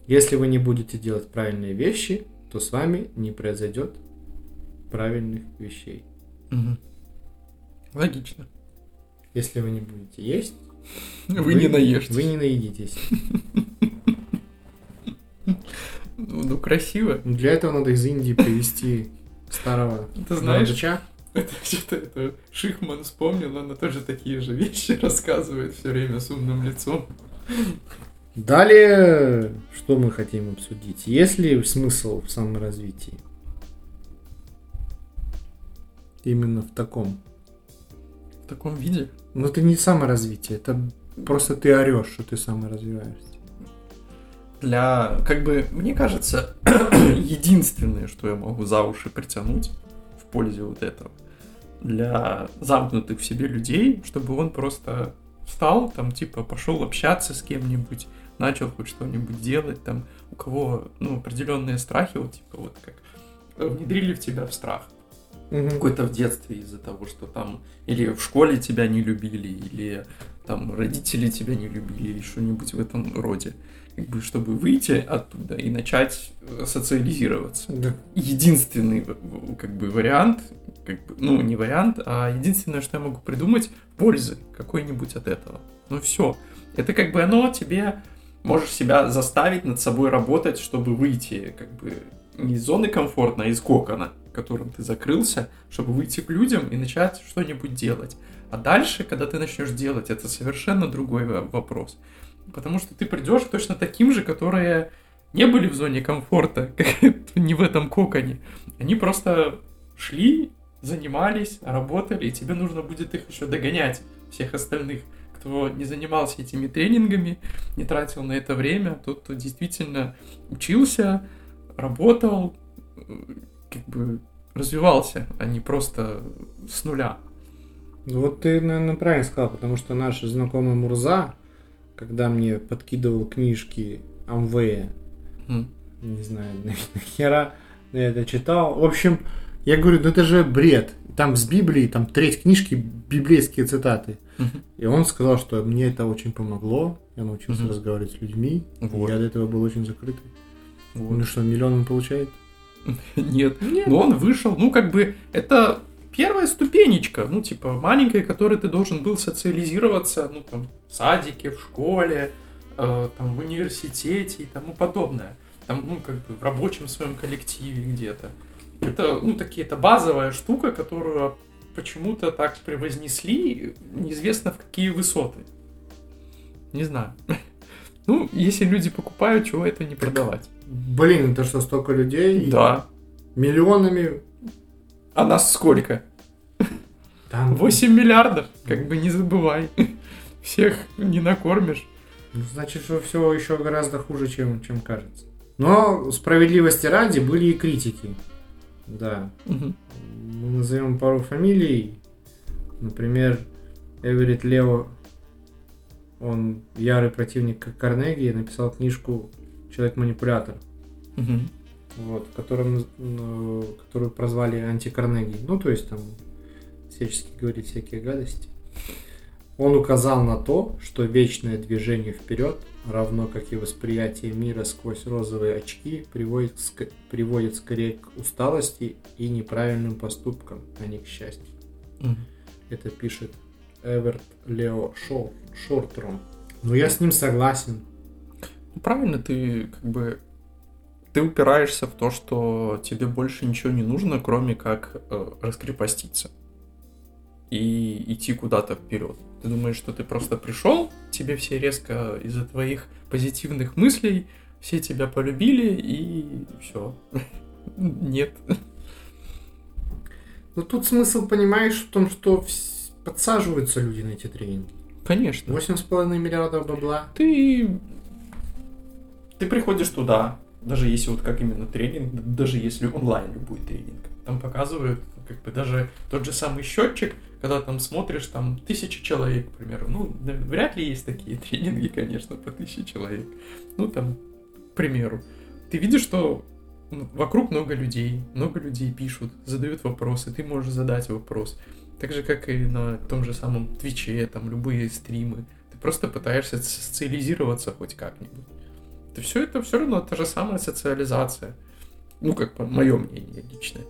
Если вы не будете делать правильные вещи, то с вами не произойдет правильных вещей. Угу. Логично. Если вы не будете есть, вы, вы не наешьтесь. Вы не наедитесь. Ну, красиво. Для этого надо из Индии привезти старого богача. Это что-то это Шихман вспомнил, она тоже такие же вещи рассказывает все время с умным лицом. Далее, что мы хотим обсудить? Есть ли смысл в саморазвитии? Именно в таком. В таком виде? Ну, это не саморазвитие, это просто ты орешь, что ты саморазвиваешься. Для, как бы, мне кажется, единственное, что я могу за уши притянуть в пользу вот этого, для замкнутых в себе людей, чтобы он просто встал, там, типа, пошел общаться с кем-нибудь, начал хоть что-нибудь делать, там, у кого, ну, определенные страхи, вот, типа, вот как внедрили в тебя в страх. Угу. Какой-то в детстве из-за того, что там или в школе тебя не любили, или там родители тебя не любили, или что-нибудь в этом роде. Как бы, чтобы выйти оттуда и начать социализироваться. Да. Единственный, как бы, вариант, как бы, ну, не вариант, а единственное, что я могу придумать, пользы какой-нибудь от этого. Ну, все. Это как бы оно тебе, можешь себя заставить над собой работать, чтобы выйти, как бы, не из зоны комфорта, а из кокона, в котором ты закрылся, чтобы выйти к людям и начать что-нибудь делать. А дальше, когда ты начнешь делать, это совершенно другой вопрос. Потому что ты придешь к точно таким же, которые не были в зоне комфорта, не в этом коконе. Они просто шли, занимались, работали, и тебе нужно будет их еще догонять, всех остальных, кто не занимался этими тренингами, не тратил на это время, тот, кто действительно учился, работал, как бы развивался, а не просто с нуля. Вот ты, наверное, правильно сказал, потому что наш знакомый Мурза, когда мне подкидывал книжки Амвея, mm. не знаю, нахера я это читал. В общем, я говорю, ну это же бред. Там с Библии, там треть книжки библейские цитаты. Mm-hmm. И он сказал, что мне это очень помогло. Я научился mm-hmm. разговаривать с людьми. Вот. Я до этого был очень закрытый. Вот. Ну что, миллион он получает? Нет. Нет. Но он вышел, ну как бы, это первая ступенечка, ну типа маленькая, которой ты должен был социализироваться, ну там в садике, в школе, э, там в университете и тому подобное. Там, ну как бы в рабочем своем коллективе где-то. Это, ну такие, это базовая штука, которую почему-то так превознесли, неизвестно в какие высоты. Не знаю. Ну, если люди покупают, чего это не продавать? Блин, это что, столько людей? Да. Миллионами? А нас сколько? Там... восемь миллиардов, как бы не забывай. Всех не накормишь. Ну, значит, что все еще гораздо хуже, чем, чем кажется. Но справедливости ради были и критики. Да. Угу. Мы назовем пару фамилий. Например, Эверетт Лео. Он ярый противник Карнеги, написал книжку «Человек-манипулятор», угу. вот, в котором, ну, которую прозвали анти-Карнеги. Ну, то есть там всячески говорит всякие гадости. Он указал на то, что вечное движение вперед, равно как и восприятие мира сквозь розовые очки, приводит, приводит скорее к усталости и неправильным поступкам, а не к счастью. Угу. Это пишет Эверетт Лео Шортром. Но я с ним согласен. Правильно, ты как бы ты упираешься в то, что тебе больше ничего не нужно, кроме как э, раскрепоститься и идти куда-то вперед. Ты думаешь, что ты просто пришел, тебе все резко из-за твоих позитивных мыслей все тебя полюбили и все. Нет. Но тут смысл, понимаешь, в том, что подсаживаются люди на эти тренинги. Конечно. восемь с половиной миллиардов бабла. Ты... Ты приходишь туда, даже если вот как именно тренинг, даже если онлайн любой тренинг, там показывают как бы даже тот же самый счетчик, когда там смотришь, там тысяча человек, к примеру. Ну, вряд ли есть такие тренинги, конечно, по тысяче человек. Ну, там, к примеру. Ты видишь, что вокруг много людей, много людей пишут, задают вопросы, ты можешь задать вопрос. Так же, как и на том же самом Твиче, там, любые стримы. Ты просто пытаешься социализироваться хоть как-нибудь. Это все это все равно та же самая социализация. Ну, как по мое мнение личное.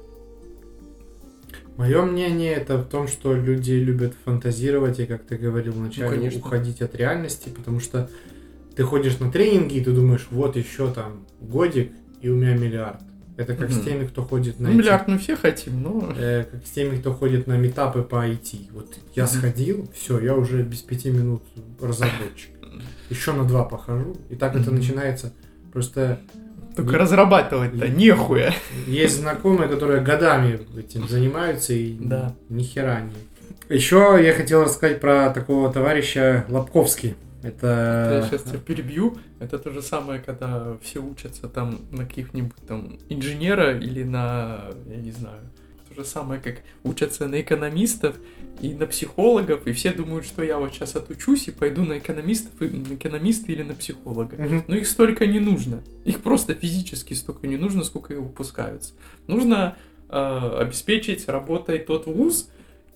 Мое мнение это в том, что люди любят фантазировать и, как ты говорил вначале, Ну, уходить от реальности, потому что ты ходишь на тренинги, и ты думаешь, вот еще там годик, и у меня миллиард. Это как Мгм. с теми, кто ходит на Ну, эти- миллиард мы все хотим, но... э, как с теми, кто ходит на метапы по ай ти. Вот я Мгм. сходил, все, я уже без пяти минут разработчик. Еще на два похожу, и так это Мгм. начинается. Просто Только Не- разрабатывать-то нехуя. есть знакомые, которые годами этим занимаются и Да. ни хера не. Еще я хотел рассказать про такого товарища Лобковский. Я Это сейчас тебя перебью. Это то же самое, когда все учатся там на каких-нибудь там инженера или на, я не знаю, то же самое, как учатся на экономистов и на психологов, и все думают, что я вот сейчас отучусь и пойду на экономистов, и- на экономиста или на психолога. Мгм. Но их столько не нужно. Их просто физически столько не нужно, сколько их выпускаются. Нужно э, обеспечить работой тот вуз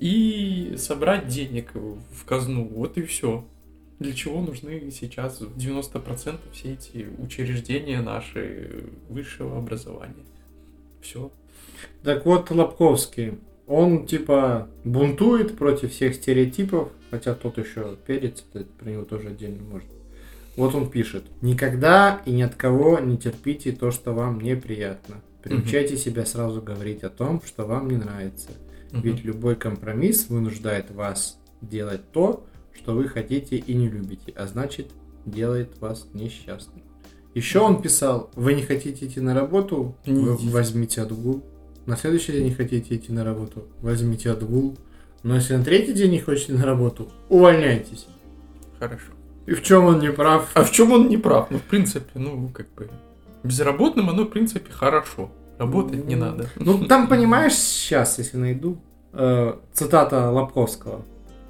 и собрать денег в казну. Вот и все. Для чего нужны сейчас в девяносто процентов все эти учреждения наши высшего образования. Все. Так вот, Лобковский, он типа бунтует против всех стереотипов, хотя тот еще перец, это про него тоже отдельно можно. Вот он пишет: никогда и ни от кого не терпите то, что вам неприятно. Приучайте себя сразу говорить о том, что вам не нравится. Ведь любой компромисс вынуждает вас делать то, что вы хотите и не любите, а значит, делает вас несчастным. Еще он писал: вы не хотите идти на работу, Не вы идите. возьмите отгул. На следующий день не хотите идти на работу, возьмите отгул. Но если на третий день не хотите на работу, увольняйтесь. Хорошо. И в чем он не прав? А в чем он не прав? Ну, в принципе, ну, как бы, безработным оно, в принципе, хорошо. Работать не надо. Ну, там, понимаешь, сейчас, если найду, э, цитата Лобковского.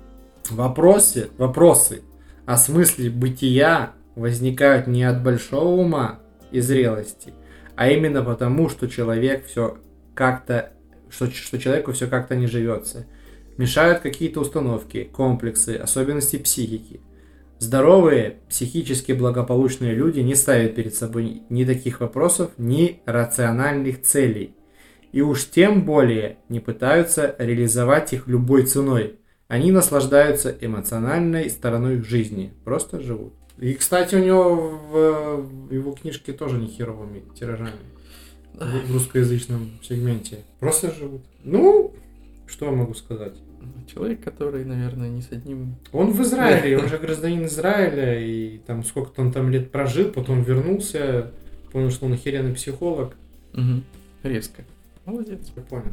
Вопросы, вопросы о смысле бытия возникают не от большого ума и зрелости, а именно потому, что человек все как-то, что, что человеку все как-то не живется. Мешают какие-то установки, комплексы, особенности психики. Здоровые, психически благополучные люди не ставят перед собой ни таких вопросов, ни рациональных целей. И уж тем более не пытаются реализовать их любой ценой. Они наслаждаются эмоциональной стороной жизни. Просто живут. И, кстати, у него в, в его книжке тоже не херовыми тиражами. В, в русскоязычном сегменте. Просто живут. Ну, что я могу сказать? Человек, который, наверное, не с одним... Он в Израиле, он же гражданин Израиля, и там сколько-то он там лет прожил, потом вернулся, понял, что он охеренный психолог. Угу. Резко. Молодец. Я понял.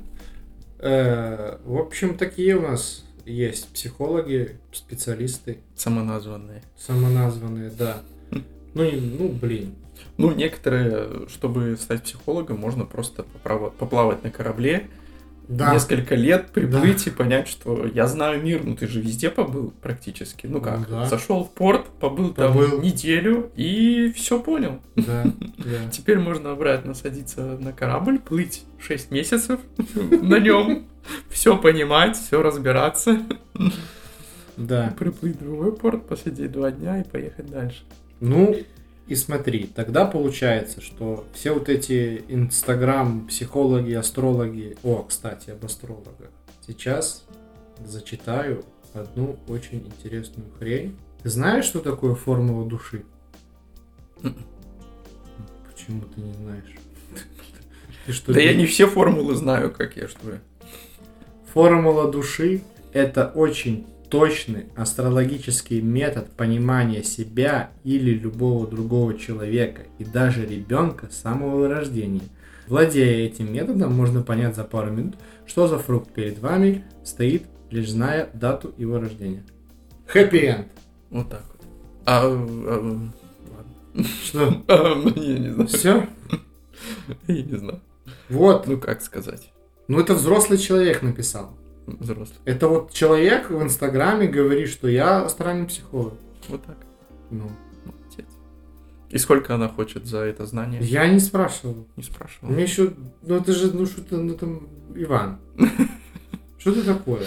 Э, в общем, такие у нас есть психологи, специалисты, Самоназванные. самоназванные, да. Ну, и, ну, блин. Ну, некоторые, чтобы стать психологом, можно просто поправа- поплавать на корабле, Да. несколько лет приплыть и понять, что я знаю мир, ну ты же везде побыл практически. Ну как, Да. зашел в порт, побыл, Побыл. там неделю и все понял. Да, да. Теперь можно обратно садиться на корабль, плыть шесть месяцев на нем, все понимать, все разбираться, Да. приплыть в другой порт, посидеть два дня и поехать дальше. Ну, и смотри, тогда получается, что все вот эти инстаграм, психологи, астрологи... О, кстати, об астрологах. Сейчас зачитаю одну очень интересную хрень. Ты знаешь, что такое формула души? Почему ты не знаешь? Ты что, Да я ты- не все формулы знаю, как я, что я. Формула души – это очень точный астрологический метод понимания себя или любого другого человека и даже ребенка с самого рождения. Владея этим методом, можно понять за пару минут, что за фрукт перед вами стоит, лишь зная дату его рождения. Хэппи-энд. Вот так вот. А, а, ладно. Что? А, ну, я не знаю. Все? Я не знаю. Вот. Ну, как сказать. Ну, это взрослый человек написал. Взрослый. Это вот человек в Инстаграме говорит, что я астральный психолог. Вот так. Ну, Молодец. И сколько она хочет за это знание? я не спрашивал. Не спрашивал. Мне еще, ну это же, ну что ты, ну там, Иван. Что ты такое?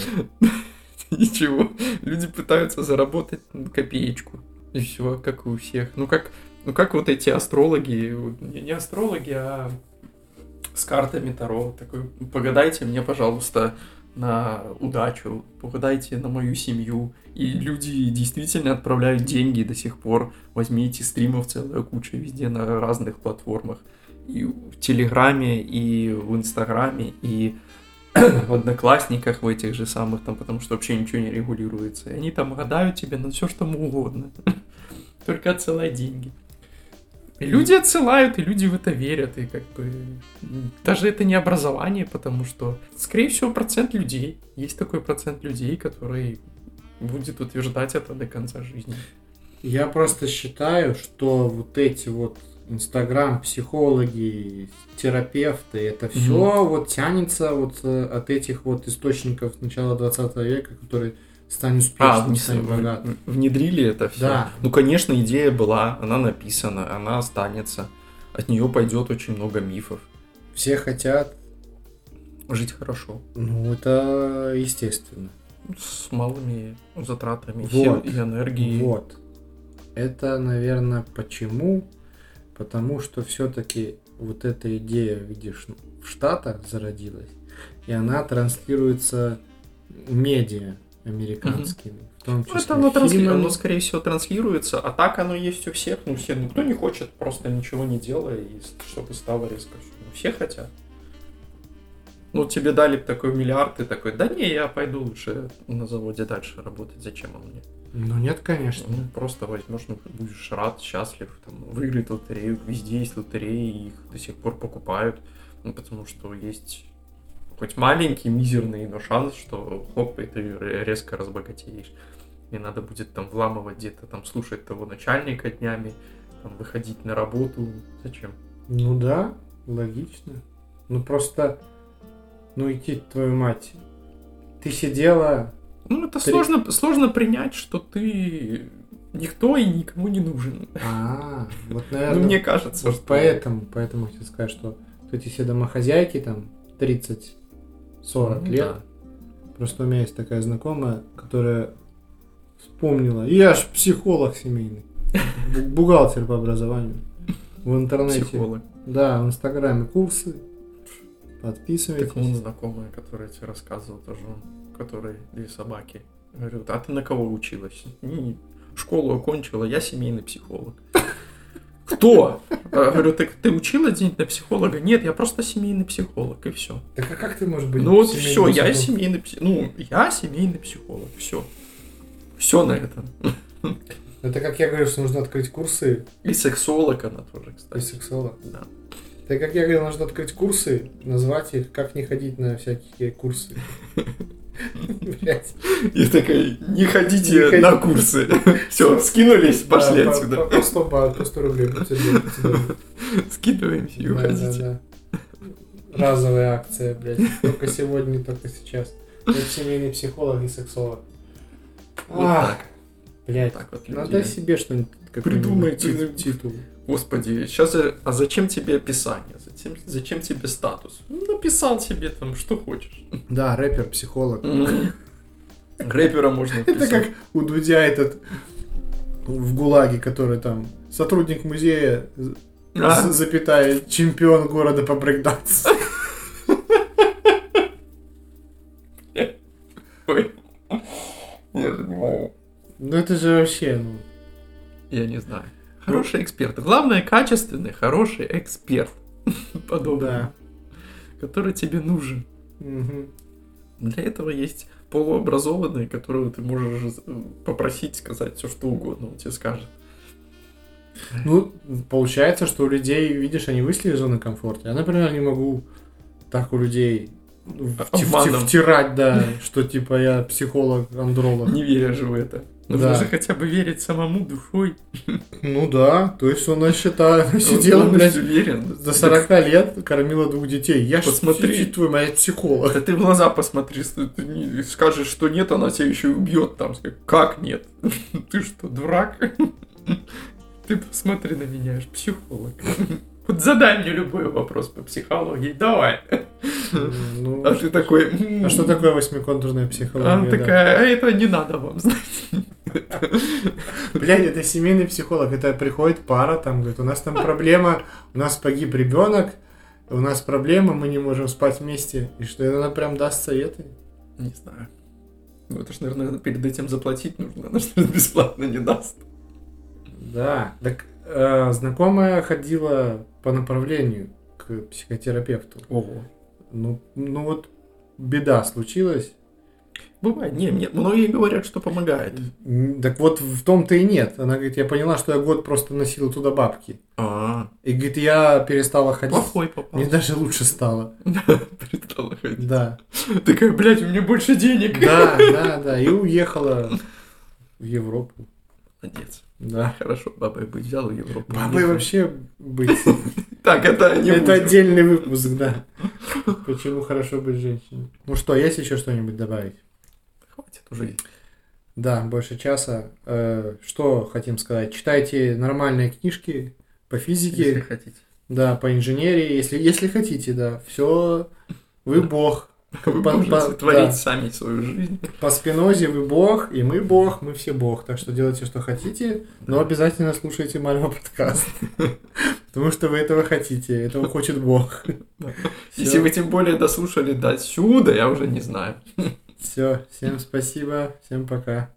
Ничего. Люди пытаются заработать копеечку. И все, как и у всех. Ну, как Ну, как вот эти астрологи, не, не астрологи, а с картами Таро. Такой, погадайте мне, пожалуйста, на удачу, погадайте на мою семью. И люди действительно отправляют деньги до сих пор. Возьмите стримов целая куча везде на разных платформах. И в Телеграме, и в Инстаграме, и в Одноклассниках, в этих же самых, там, потому что вообще ничего не регулируется. И они там гадают тебе на все, что угодно. Только отсылай деньги. И люди отсылают, и люди в это верят. И как бы даже это не образование, потому что, скорее всего, процент людей. Есть такой процент людей, который будет утверждать это до конца жизни. Я просто считаю, что вот эти вот Инстаграм, психологи, терапевты, это все mm-hmm. вот тянется вот от этих вот источников с начала двадцатого века, которые стань успешным, а, стань богатым. Внедрили это все. Да. Ну, конечно, идея была, она написана, она останется. От нее пойдет очень много мифов. Все хотят жить хорошо. Ну, это естественно. С малыми затратами вот. сил и энергии. Вот. Это, наверное, почему? Потому что все-таки вот эта идея, видишь, в Штатах зародилась, и она транслируется медиа американскими. Mm-hmm. В том числе это оно, трансли... оно, скорее всего, транслируется, а так оно есть у всех. Ну, все, никто не хочет, просто ничего не делая, и чтобы стало резко. Ну, все хотят. Ну, тебе дали такой миллиард, ты такой, да не, я пойду лучше на заводе дальше работать, зачем он мне? Ну, нет, конечно. Ну, просто возьмешь, ну, будешь рад, счастлив, там, выиграть лотерею, везде есть лотереи, их до сих пор покупают, ну, потому что есть хоть маленький, мизерный, но шанс, что хоп, и ты резко разбогатеешь. Не надо будет там вламывать где-то, там, слушать того начальника днями, там, выходить на работу, зачем? Ну да, логично. Ну, просто... Ну, идти, твою мать. Ты сидела... Ну, это Три... сложно, сложно принять, что ты никто и никому не нужен. А, вот, наверное... Ну, мне кажется, вот что... Поэтому, поэтому хочу сказать, что эти все домохозяйки, там, тридцать-сорок ну, лет. Да. Просто у меня есть такая знакомая, которая вспомнила. Я ж психолог семейный. Бухгалтер по образованию. В интернете. Психолог. Да, в Инстаграме курсы. Подписывайтесь. Так он знакомая, которая тебе рассказывал тоже, который две собаки. Говорю, а ты на кого училась? Не, школу окончила, я семейный психолог. Кто? Я говорю, ты, ты учила где-нибудь на психолога? Нет, я просто семейный психолог, и все. Так а как ты можешь быть? Ну вот все, я семейный психолог. Ну, я семейный психолог, все. Все на этом. Это как я говорю, что нужно открыть курсы. И сексолог она тоже, кстати. И сексолог. Да. Так как я говорил, нужно открыть курсы, назвать их, как не ходить на всякие курсы. Блять. Я такая, не ходите на курсы. Все, скинулись, пошли отсюда. По сто бат, по сто рублей. Скидываемся и уходите. Разовая акция, блядь. Только сегодня, только сейчас. Это семейный психолог и сексолог. Вот так. Блять, надо себе что-нибудь придумать титул. Господи, сейчас, а зачем тебе описание? Зачем, зачем тебе статус? Ну, написал себе там, что хочешь. Да, рэпер, психолог. Mm-hmm. Рэпера можно написать. Это как у Дудя этот в ГУЛАГе, который там сотрудник музея, а? запятая, чемпион города по брейкдансу. Ой, я же не могу. Ну это же вообще, ну... Я не знаю. Хороший эксперт. Главное, качественный, хороший эксперт. Подобный. Да. Который тебе нужен. Угу. Для этого есть полуобразованный, которого ты можешь попросить сказать все, что угодно. Он тебе скажет. Ну, получается, что у людей, видишь, они вышли из зоны комфорта. Я, например, не могу так у людей втирать, да, что типа я психолог, андролог. Не веря же в это. Нужно да. же хотя бы верить самому душой. Ну да, то есть он, считаю, сидела, блядь, уверен. До сорок лет, кормила двух детей. Я посмотри, ж твой моя психолог. Да ты в глаза посмотри, ты не скажешь, что нет, она тебя еще и убьет там. Как нет? Ты что, дурак? Ты посмотри на меня, я ж психолог. Вот задай мне любой вопрос по психологии, давай. Ну, а ты такой... А что такое восьмиконтурная психология? Она такая, а это не надо вам знать. Блядь, это семейный психолог. Это приходит пара, там, говорит, у нас там проблема, у нас погиб ребенок, у нас проблема, мы не можем спать вместе. И что, она прям даст советы? Не знаю. Ну, это ж, наверное, перед этим заплатить нужно. Она что бесплатно не даст. Да. Так э, знакомая ходила по направлению к психотерапевту. Ого. Ну, ну вот беда случилась. Бывает. Не, нет, многие говорят, что помогает. Так вот в том-то и нет. Она говорит, я поняла, что я год просто носила туда бабки. А. И говорит, я перестала ходить. Плохой попал. Мне даже лучше стало. Перестала ходить. Да. Такая, блядь, у меня больше денег. Да, да, да. И уехала в Европу. Молодец. Да. Хорошо, бабой быть взял в Европу. Бабой вообще быть. Так, это не Это отдельный выпуск, да. Почему хорошо быть женщиной. Ну что, есть еще что-нибудь добавить? Хватит уже. Да, больше часа. Э, что хотим сказать? Читайте нормальные книжки по физике. Если хотите. Да, по инженерии. Если, если хотите, да. Все, вы бог. Вы по, можете по, творить да. сами свою жизнь. По Спинозе вы бог, и мы бог, мы все бог. Так что делайте, что хотите, но обязательно слушайте Мальва подкаст. Потому что вы этого хотите, этого хочет бог. Если вы тем более дослушали до сюда, я уже не знаю. Все, всем спасибо, всем пока.